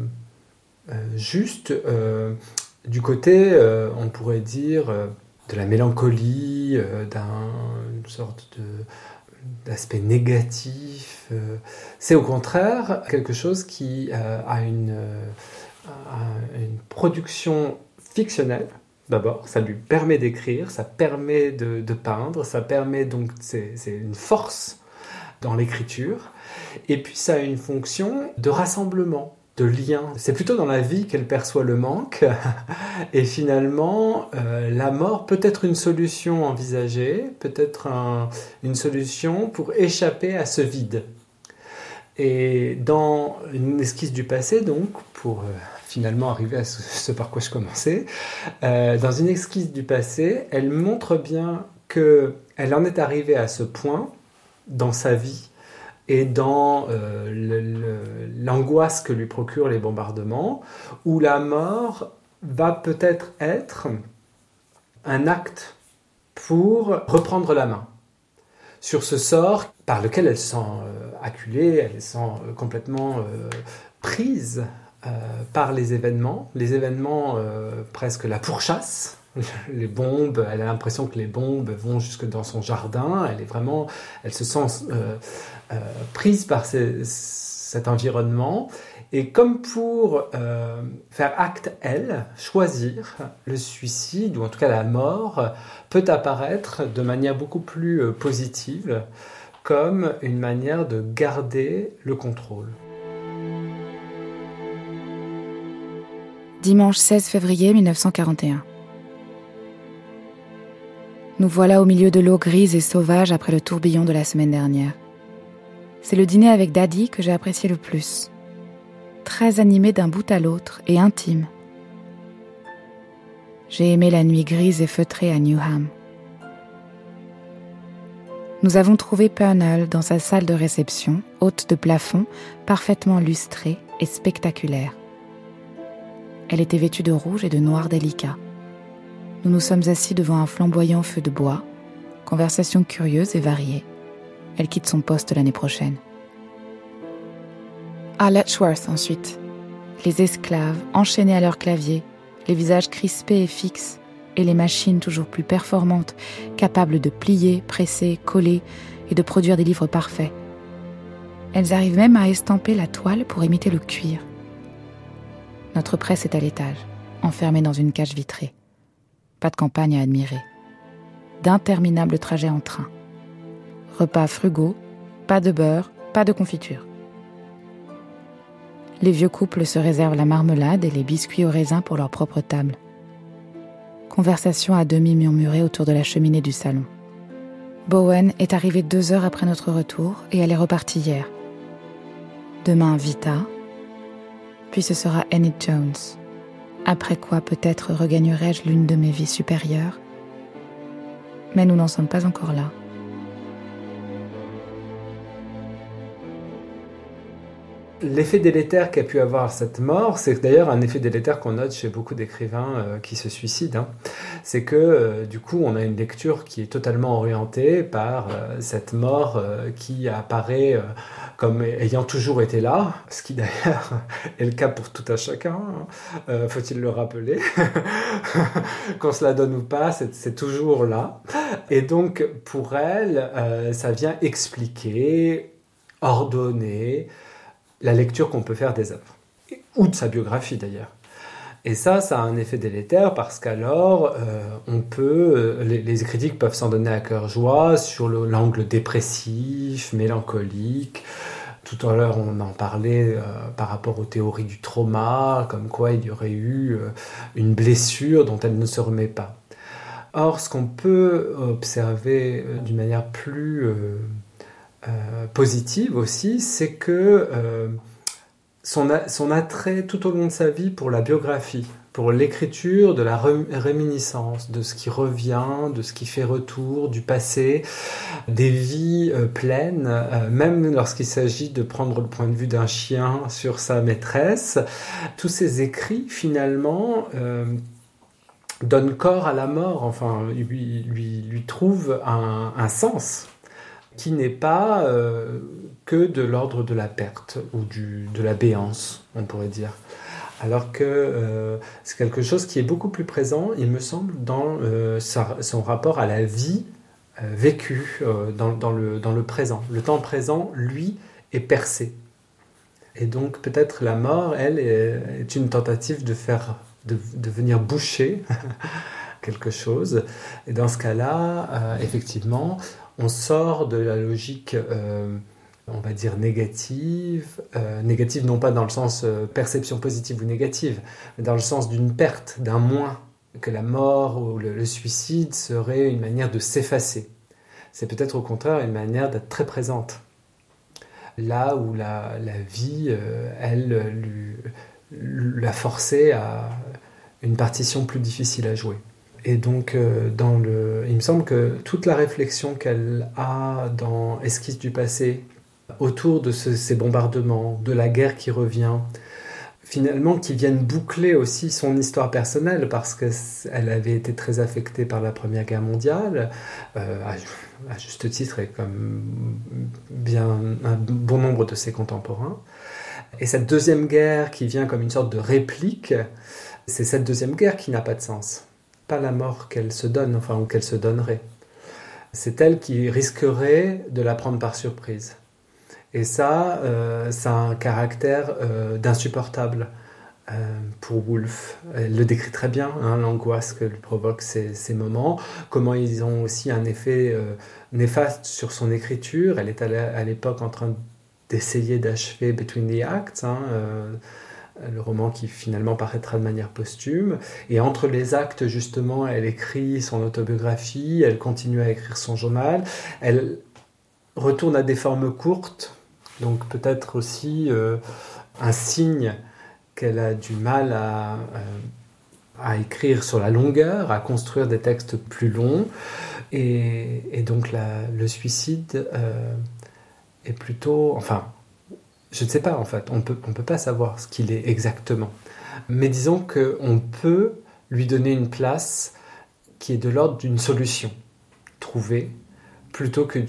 juste du côté, on pourrait dire, de la mélancolie, d'une sorte d'aspect négatif. C'est au contraire quelque chose qui a une production fictionnelle. D'abord, ça lui permet d'écrire, ça permet de peindre, ça permet donc, c'est une force dans l'écriture. Et puis ça a une fonction de rassemblement, de lien. C'est plutôt dans la vie qu'elle perçoit le manque. Et finalement, la mort peut être une solution envisagée, peut-être une solution pour échapper à ce vide. Et dans une esquisse du passé, donc, pour finalement arriver à ce par quoi je commençais, dans une esquisse du passé, elle montre bien qu'elle en est arrivée à ce point dans sa vie et dans l'angoisse que lui procurent les bombardements, où la mort va peut-être être un acte pour reprendre la main sur ce sort par lequel elle se sent acculée, elle se sent complètement prise par les événements presque la pourchassent. Les bombes, elle a l'impression que les bombes vont jusque dans son jardin, elle se sent prise par cet environnement, et comme pour faire acte, choisir le suicide, ou en tout cas la mort, peut apparaître de manière beaucoup plus positive, comme une manière de garder le contrôle. Dimanche 16 février 1941. Nous voilà au milieu de l'eau grise et sauvage après le tourbillon de la semaine dernière. C'est le dîner avec Daddy que j'ai apprécié le plus. Très animé d'un bout à l'autre et intime. J'ai aimé la nuit grise et feutrée à Newham. Nous avons trouvé Purnell dans sa salle de réception, haute de plafond, parfaitement lustrée et spectaculaire. Elle était vêtue de rouge et de noir délicat. Nous nous sommes assis devant un flamboyant feu de bois, conversation curieuse et variée. Elle quitte son poste l'année prochaine. À Letchworth ensuite. Les esclaves, enchaînés à leur clavier, les visages crispés et fixes, et les machines toujours plus performantes, capables de plier, presser, coller et de produire des livres parfaits. Elles arrivent même à estamper la toile pour imiter le cuir. Notre presse est à l'étage, enfermée dans une cage vitrée. Pas de campagne à admirer. D'interminables trajets en train. Repas frugaux, pas de beurre, pas de confiture. Les vieux couples se réservent la marmelade et les biscuits au raisin pour leur propre table. Conversation à demi murmurée autour de la cheminée du salon. Bowen est arrivée 2 heures après notre retour et elle est repartie hier. Demain, Vita. Puis ce sera Enid Jones. Après quoi, peut-être regagnerai-je l'une de mes vies supérieures. Mais nous n'en sommes pas encore là. L'effet délétère qu'a pu avoir cette mort, c'est d'ailleurs un effet délétère qu'on note chez beaucoup d'écrivains qui se suicident. C'est que du coup, on a une lecture qui est totalement orientée par cette mort qui apparaît comme ayant toujours été là, ce qui d'ailleurs est le cas pour tout un chacun, faut-il le rappeler. Qu'on se la donne ou pas, c'est toujours là. Et donc, pour elle, ça vient expliquer, ordonner la lecture qu'on peut faire des œuvres, ou de sa biographie d'ailleurs. Et ça a un effet délétère parce qu'alors, les critiques peuvent s'en donner à cœur joie sur l'angle dépressif, mélancolique. Tout à l'heure, on en parlait par rapport aux théories du trauma, comme quoi il y aurait eu une blessure dont elle ne se remet pas. Or, ce qu'on peut observer d'une manière plus positive aussi, c'est que son attrait tout au long de sa vie pour la biographie, pour l'écriture de la réminiscence, de ce qui revient, de ce qui fait retour, du passé, des vies pleines, même lorsqu'il s'agit de prendre le point de vue d'un chien sur sa maîtresse. Tous ces écrits, finalement, donnent corps à la mort, enfin, lui trouvent un sens qui n'est pas que de l'ordre de la perte ou de la béance, on pourrait dire. Alors que c'est quelque chose qui est beaucoup plus présent, il me semble, dans son rapport à la vie vécue dans le présent. Le temps présent, lui, est percé. Et donc peut-être la mort, elle, est une tentative de venir boucher quelque chose. Et dans ce cas-là, effectivement, on sort de la logique... on va dire négative non pas dans le sens perception positive ou négative, mais dans le sens d'une perte, d'un moins, que la mort ou le suicide serait une manière de s'effacer. C'est peut-être au contraire une manière d'être très présente. Là où la vie, elle, l'a forcé à une partition plus difficile à jouer. Et donc, il me semble que toute la réflexion qu'elle a dans Esquisse du passé, autour de ces bombardements, de la guerre qui revient, finalement qui viennent boucler aussi son histoire personnelle parce qu'elle avait été très affectée par la Première Guerre mondiale, à juste titre et comme bien un bon nombre de ses contemporains. Et cette deuxième guerre qui vient comme une sorte de réplique, c'est cette deuxième guerre qui n'a pas de sens. Pas la mort qu'elle se donne, enfin, ou qu'elle se donnerait. C'est elle qui risquerait de la prendre par surprise. Et ça a un caractère d'insupportable pour Woolf. Elle le décrit très bien, l'angoisse que lui provoquent ces moments, comment ils ont aussi un effet néfaste sur son écriture. Elle est à l'époque en train d'essayer d'achever Between the Acts, le roman qui finalement paraîtra de manière posthume. Et entre les actes, justement, elle écrit son autobiographie, elle continue à écrire son journal, elle retourne à des formes courtes, donc peut-être aussi un signe qu'elle a du mal à écrire sur la longueur, à construire des textes plus longs. Et donc le suicide est plutôt... Enfin, je ne sais pas en fait, on peut pas savoir ce qu'il est exactement. Mais disons qu'on peut lui donner une place qui est de l'ordre d'une solution trouvée, plutôt que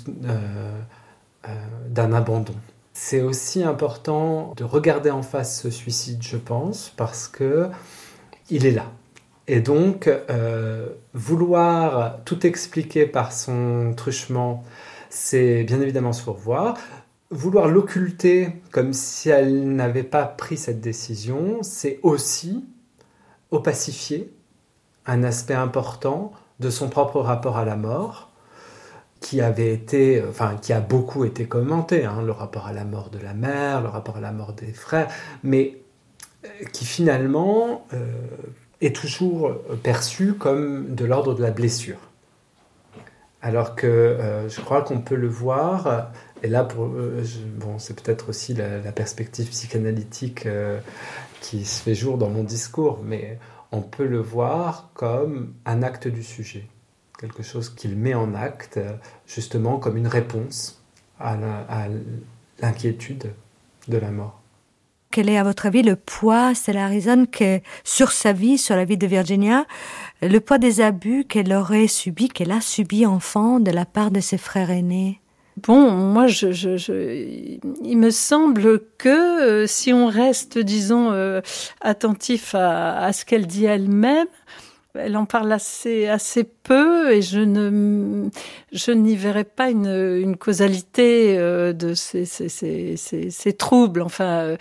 d'un abandon. C'est aussi important de regarder en face ce suicide, je pense, parce que il est là. Et donc, vouloir tout expliquer par son truchement, c'est bien évidemment se fourvoiir. Vouloir l'occulter comme si elle n'avait pas pris cette décision, c'est aussi opacifier un aspect important de son propre rapport à la mort, qui a beaucoup été commenté, le rapport à la mort de la mère, le rapport à la mort des frères, mais qui finalement est toujours perçu comme de l'ordre de la blessure. Alors que je crois qu'on peut le voir, et là c'est peut-être aussi la perspective psychanalytique qui se fait jour dans mon discours, mais on peut le voir comme un acte du sujet. Quelque chose qu'il met en acte, justement comme une réponse à l'inquiétude de la mort. Quel est, à votre avis, le poids, Stella Harrison, que sur sa vie, sur la vie de Virginia, le poids des abus qu'elle a subi enfant de la part de ses frères aînés? Bon, moi, il me semble que si on reste, disons, attentif à ce qu'elle dit elle-même, elle en parle assez peu et je n'y verrai pas une causalité de ces troubles. Enfin,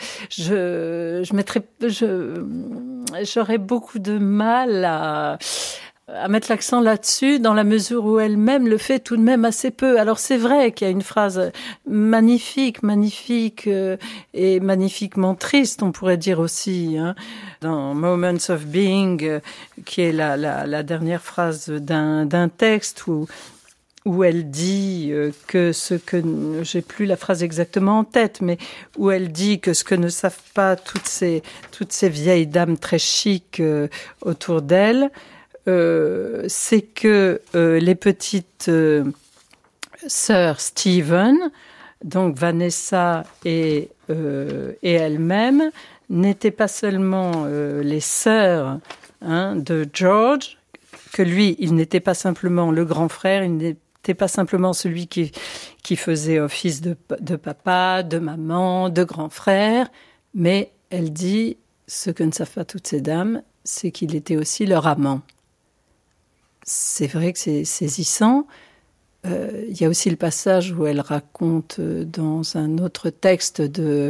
j'aurais beaucoup de mal à mettre l'accent là-dessus, dans la mesure où elle-même le fait tout de même assez peu. Alors c'est vrai qu'il y a une phrase magnifique et magnifiquement triste, on pourrait dire aussi, dans Moments of Being, qui est la dernière phrase d'un texte où où elle dit que ce que... J'ai plus la phrase exactement en tête, mais où elle dit que ce que ne savent pas toutes ces vieilles dames très chics autour d'elle, c'est que les petites sœurs Stephen, donc Vanessa et elle-même, n'étaient pas seulement les sœurs de George, que lui, il n'était pas simplement le grand frère, il n'était pas simplement celui qui faisait office de papa, de maman, de grand frère, mais elle dit, ce que ne savent pas toutes ces dames, c'est qu'il était aussi leur amant. C'est vrai que c'est saisissant. Il y a aussi le passage où elle raconte dans un autre texte de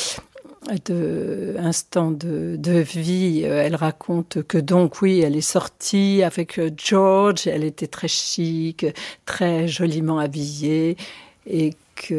instant de vie, elle raconte que donc oui, elle est sortie avec George, elle était très chic, très joliment habillée et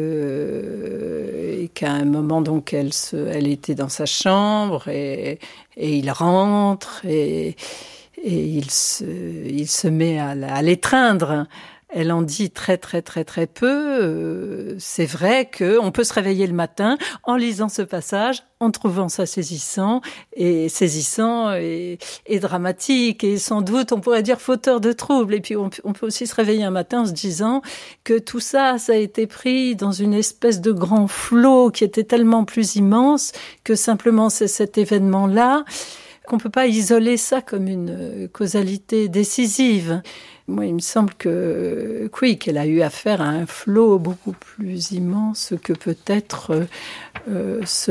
qu'à un moment donc elle était dans sa chambre et il rentre et il se met à l'étreindre. Elle en dit très très très très peu. C'est vrai qu'on peut se réveiller le matin en lisant ce passage, en trouvant ça saisissant et dramatique et sans doute on pourrait dire fauteur de troubles. Et puis on peut aussi se réveiller un matin en se disant que tout ça a été pris dans une espèce de grand flot qui était tellement plus immense que simplement c'est cet événement-là, qu'on peut pas isoler ça comme une causalité décisive. Moi, il me semble qu'elle a eu affaire à un flot beaucoup plus immense que peut-être ce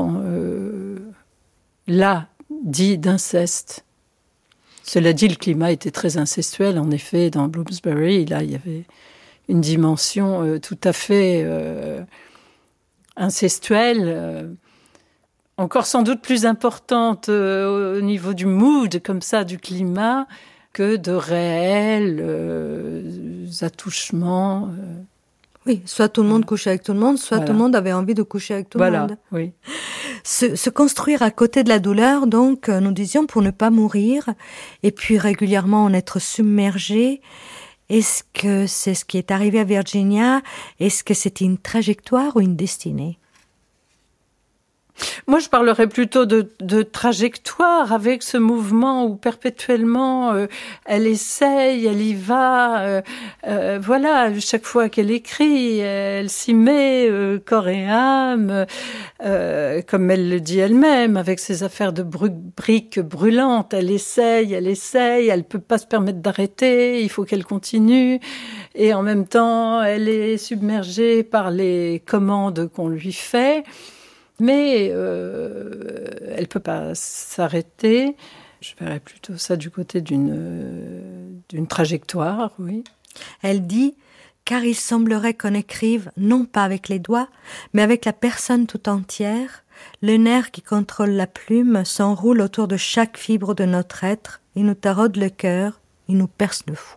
moment-là dit d'inceste. Cela dit, le climat était très incestuel. En effet, dans Bloomsbury, là, il y avait une dimension tout à fait incestuelle, encore sans doute plus importante au niveau du mood, comme ça, du climat, que de réels attouchements. Oui, soit tout le monde couchait avec tout le monde, soit tout le monde avait envie de coucher avec tout le monde. Oui. Se construire à côté de la douleur, donc, nous disions, pour ne pas mourir, et puis régulièrement en être submergé. Est-ce que c'est ce qui est arrivé à Virginia? Est-ce que c'était une trajectoire ou une destinée? Moi, je parlerais plutôt de trajectoire avec ce mouvement où perpétuellement elle essaye, elle y va. Voilà, chaque fois qu'elle écrit, elle s'y met corps et âme, comme elle le dit elle-même, avec ses affaires de briques brûlantes. Elle essaye, elle peut pas se permettre d'arrêter, il faut qu'elle continue. Et en même temps, elle est submergée par les commandes qu'on lui fait. Mais elle peut pas s'arrêter. Je verrais plutôt ça du côté d'une trajectoire, oui. Elle dit « Car il semblerait qu'on écrive, non pas avec les doigts, mais avec la personne tout entière. Le nerf qui contrôle la plume s'enroule autour de chaque fibre de notre être. Il nous taraude le cœur, il nous perce le foie. »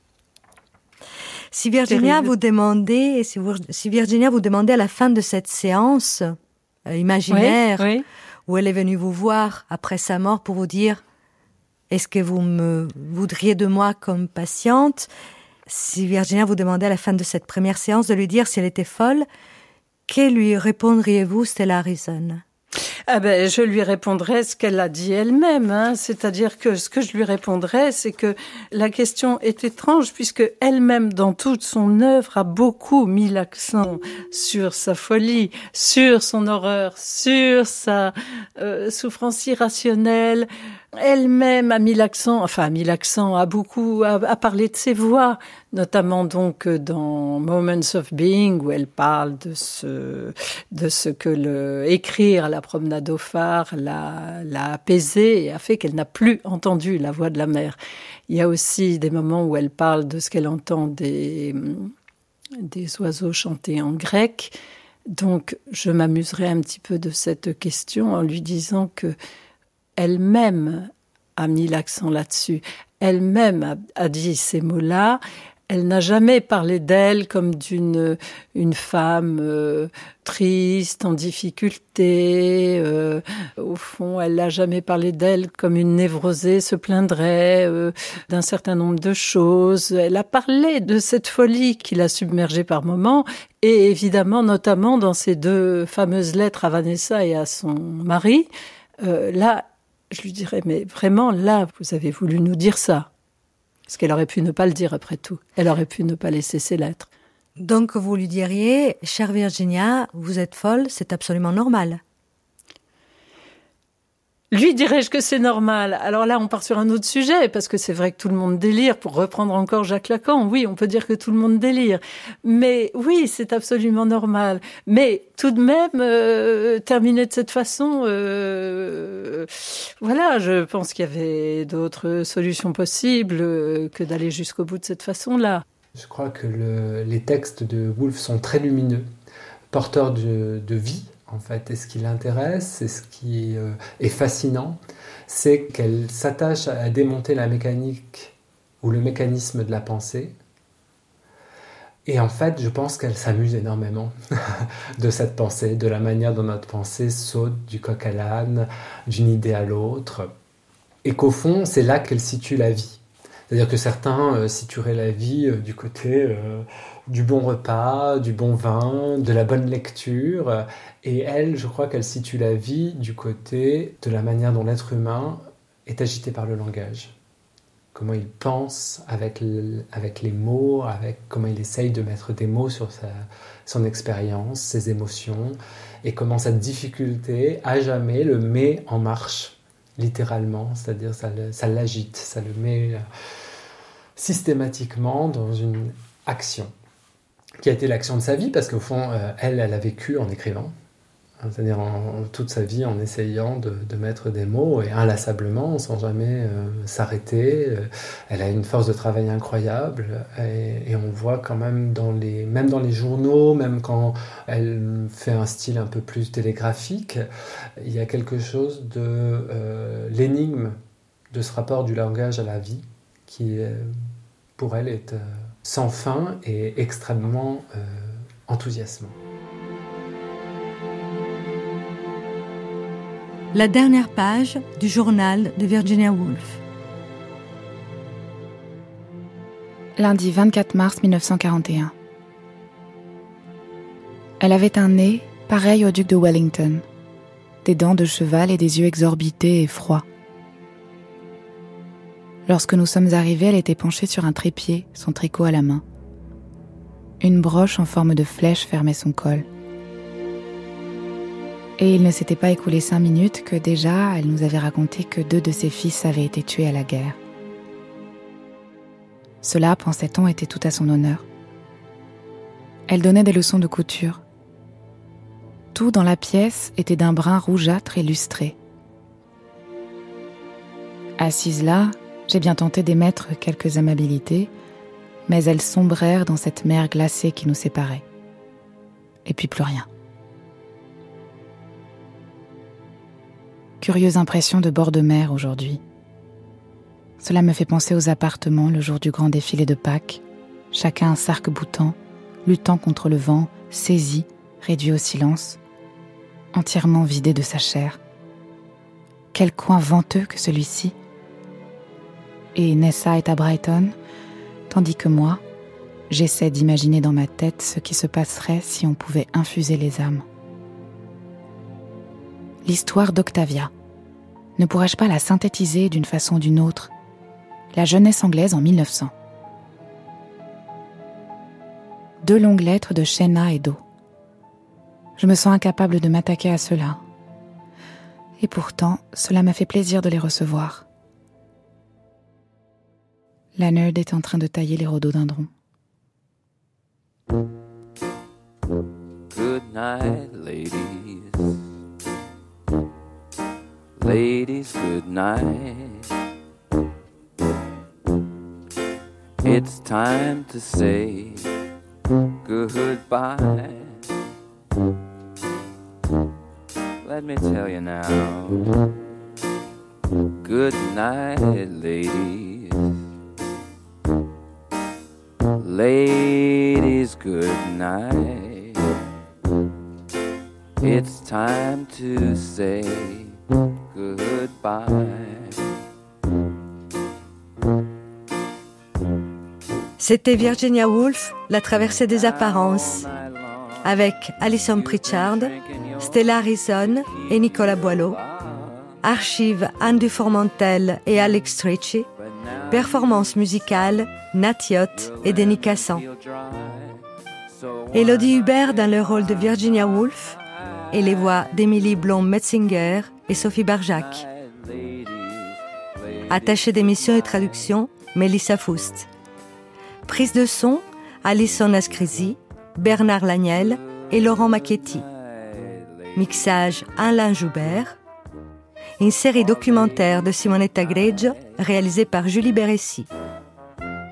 Si Virginia vous demandait à la fin de cette séance imaginaire, oui. Où elle est venue vous voir après sa mort pour vous dire « Est-ce que vous me voudriez de moi comme patiente ?» Si Virginia vous demandait à la fin de cette première séance de lui dire si elle était folle, que lui répondriez-vous, Stella Harrison? Je lui répondrais ce qu'elle a dit elle-même, c'est-à-dire que ce que je lui répondrais, c'est que la question est étrange puisque elle-même, dans toute son œuvre, a beaucoup mis l'accent sur sa folie, sur son horreur, sur sa souffrance irrationnelle. Elle-même a parlé de ses voix, notamment donc dans Moments of Being, où elle parle de ce que écrire à la promenade au phare l'a apaisée et a fait qu'elle n'a plus entendu la voix de la mer. Il y a aussi des moments où elle parle de ce qu'elle entend des oiseaux chanter en grec. Donc, je m'amuserai un petit peu de cette question en lui disant que elle-même a mis l'accent là-dessus. Elle-même a dit ces mots-là. Elle n'a jamais parlé d'elle comme une femme triste, en difficulté. Au fond, elle n'a jamais parlé d'elle comme une névrosée se plaindrait d'un certain nombre de choses. Elle a parlé de cette folie qui l'a submergée par moments, et évidemment, notamment dans ces 2 fameuses lettres à Vanessa et à son mari. Là, je lui dirais, mais vraiment, là, vous avez voulu nous dire ça. Parce qu'elle aurait pu ne pas le dire après tout. Elle aurait pu ne pas laisser ses lettres. Donc vous lui diriez, chère Virginia, vous êtes folle, c'est absolument normal. Lui dirais-je que c'est normal. Alors là, on part sur un autre sujet, parce que c'est vrai que tout le monde délire. Pour reprendre encore Jacques Lacan, oui, on peut dire que tout le monde délire. Mais oui, c'est absolument normal. Mais tout de même, terminer de cette façon, voilà, je pense qu'il y avait d'autres solutions possibles que d'aller jusqu'au bout de cette façon-là. Je crois que les textes de Woolf sont très lumineux, porteurs de vie. En fait, et ce qui l'intéresse, et ce qui est fascinant, c'est qu'elle s'attache à démonter la mécanique ou le mécanisme de la pensée. Et en fait, je pense qu'elle s'amuse énormément de cette pensée, de la manière dont notre pensée saute du coq à l'âne, d'une idée à l'autre. Et qu'au fond, c'est là qu'elle situe la vie. C'est-à-dire que certains situeraient la vie du côté du bon repas, du bon vin, de la bonne lecture. Et elle, je crois qu'elle situe la vie du côté de la manière dont l'être humain est agité par le langage. Comment il pense avec les mots, comment il essaye de mettre des mots sur son expérience, ses émotions, et comment cette difficulté, à jamais, le met en marche. Littéralement, c'est-à-dire ça l'agite, ça le met systématiquement dans une action qui a été l'action de sa vie, parce qu'au fond, elle a vécu en écrivant, c'est-à-dire toute sa vie en essayant de mettre des mots, et inlassablement, sans jamais s'arrêter. Elle a une force de travail incroyable, et on voit quand même même dans les journaux, même quand elle fait un style un peu plus télégraphique, il y a quelque chose de l'énigme de ce rapport du langage à la vie, qui pour elle est sans fin et extrêmement enthousiasmant. La dernière page du journal de Virginia Woolf. Lundi 24 mars 1941. Elle avait un nez pareil au duc de Wellington, des dents de cheval et des yeux exorbités et froids. Lorsque nous sommes arrivés, elle était penchée sur un trépied, son tricot à la main. Une broche en forme de flèche fermait son col. Et il ne s'était pas écoulé 5 minutes que déjà elle nous avait raconté que 2 de ses fils avaient été tués à la guerre. Cela, pensait-on, était tout à son honneur. Elle donnait des leçons de couture. Tout dans la pièce était d'un brun rougeâtre et lustré. Assise là, j'ai bien tenté d'émettre quelques amabilités, mais elles sombrèrent dans cette mer glacée qui nous séparait. Et puis plus rien. Curieuse impression de bord de mer aujourd'hui. Cela me fait penser aux appartements le jour du grand défilé de Pâques, chacun un s'arc-boutant, luttant contre le vent, saisi, réduit au silence, entièrement vidé de sa chair. Quel coin venteux que celui-ci! Et Nessa est à Brighton, tandis que moi, j'essaie d'imaginer dans ma tête ce qui se passerait si on pouvait infuser les âmes. L'histoire d'Octavia. Ne pourrais-je pas la synthétiser d'une façon ou d'une autre? La jeunesse anglaise en 1900. 2 longues lettres de Shena et Do. Je me sens incapable de m'attaquer à cela. Et pourtant, cela m'a fait plaisir de les recevoir. Leonard est en train de tailler les rhododendrons. Good night, ladies. Ladies, good night. It's time to say goodbye. Let me tell you now. Good night, ladies. Ladies, good night. It's time to say goodbye. C'était Virginia Woolf, La traversée des apparences, avec Alison Pritchard, Stella Harrison et Nicolas Boileau. Archives Anne Dufourmentel et Alex Trichy. Performance musicale Nat Yot et Denis Cassan. Élodie Hubert dans le rôle de Virginia Woolf et les voix d'Émilie Blom-Metzinger et Sophie Barjac. Attachée d'émission et traduction, Mélissa Foust. Prise de son, Alison Ascrisi, Bernard Lagnel et Laurent Macchetti. Mixage, Alain Joubert. Une série documentaire de Simonetta Greggio, réalisée par Julie Bérécy.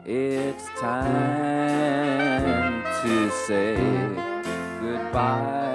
It's time to say goodbye.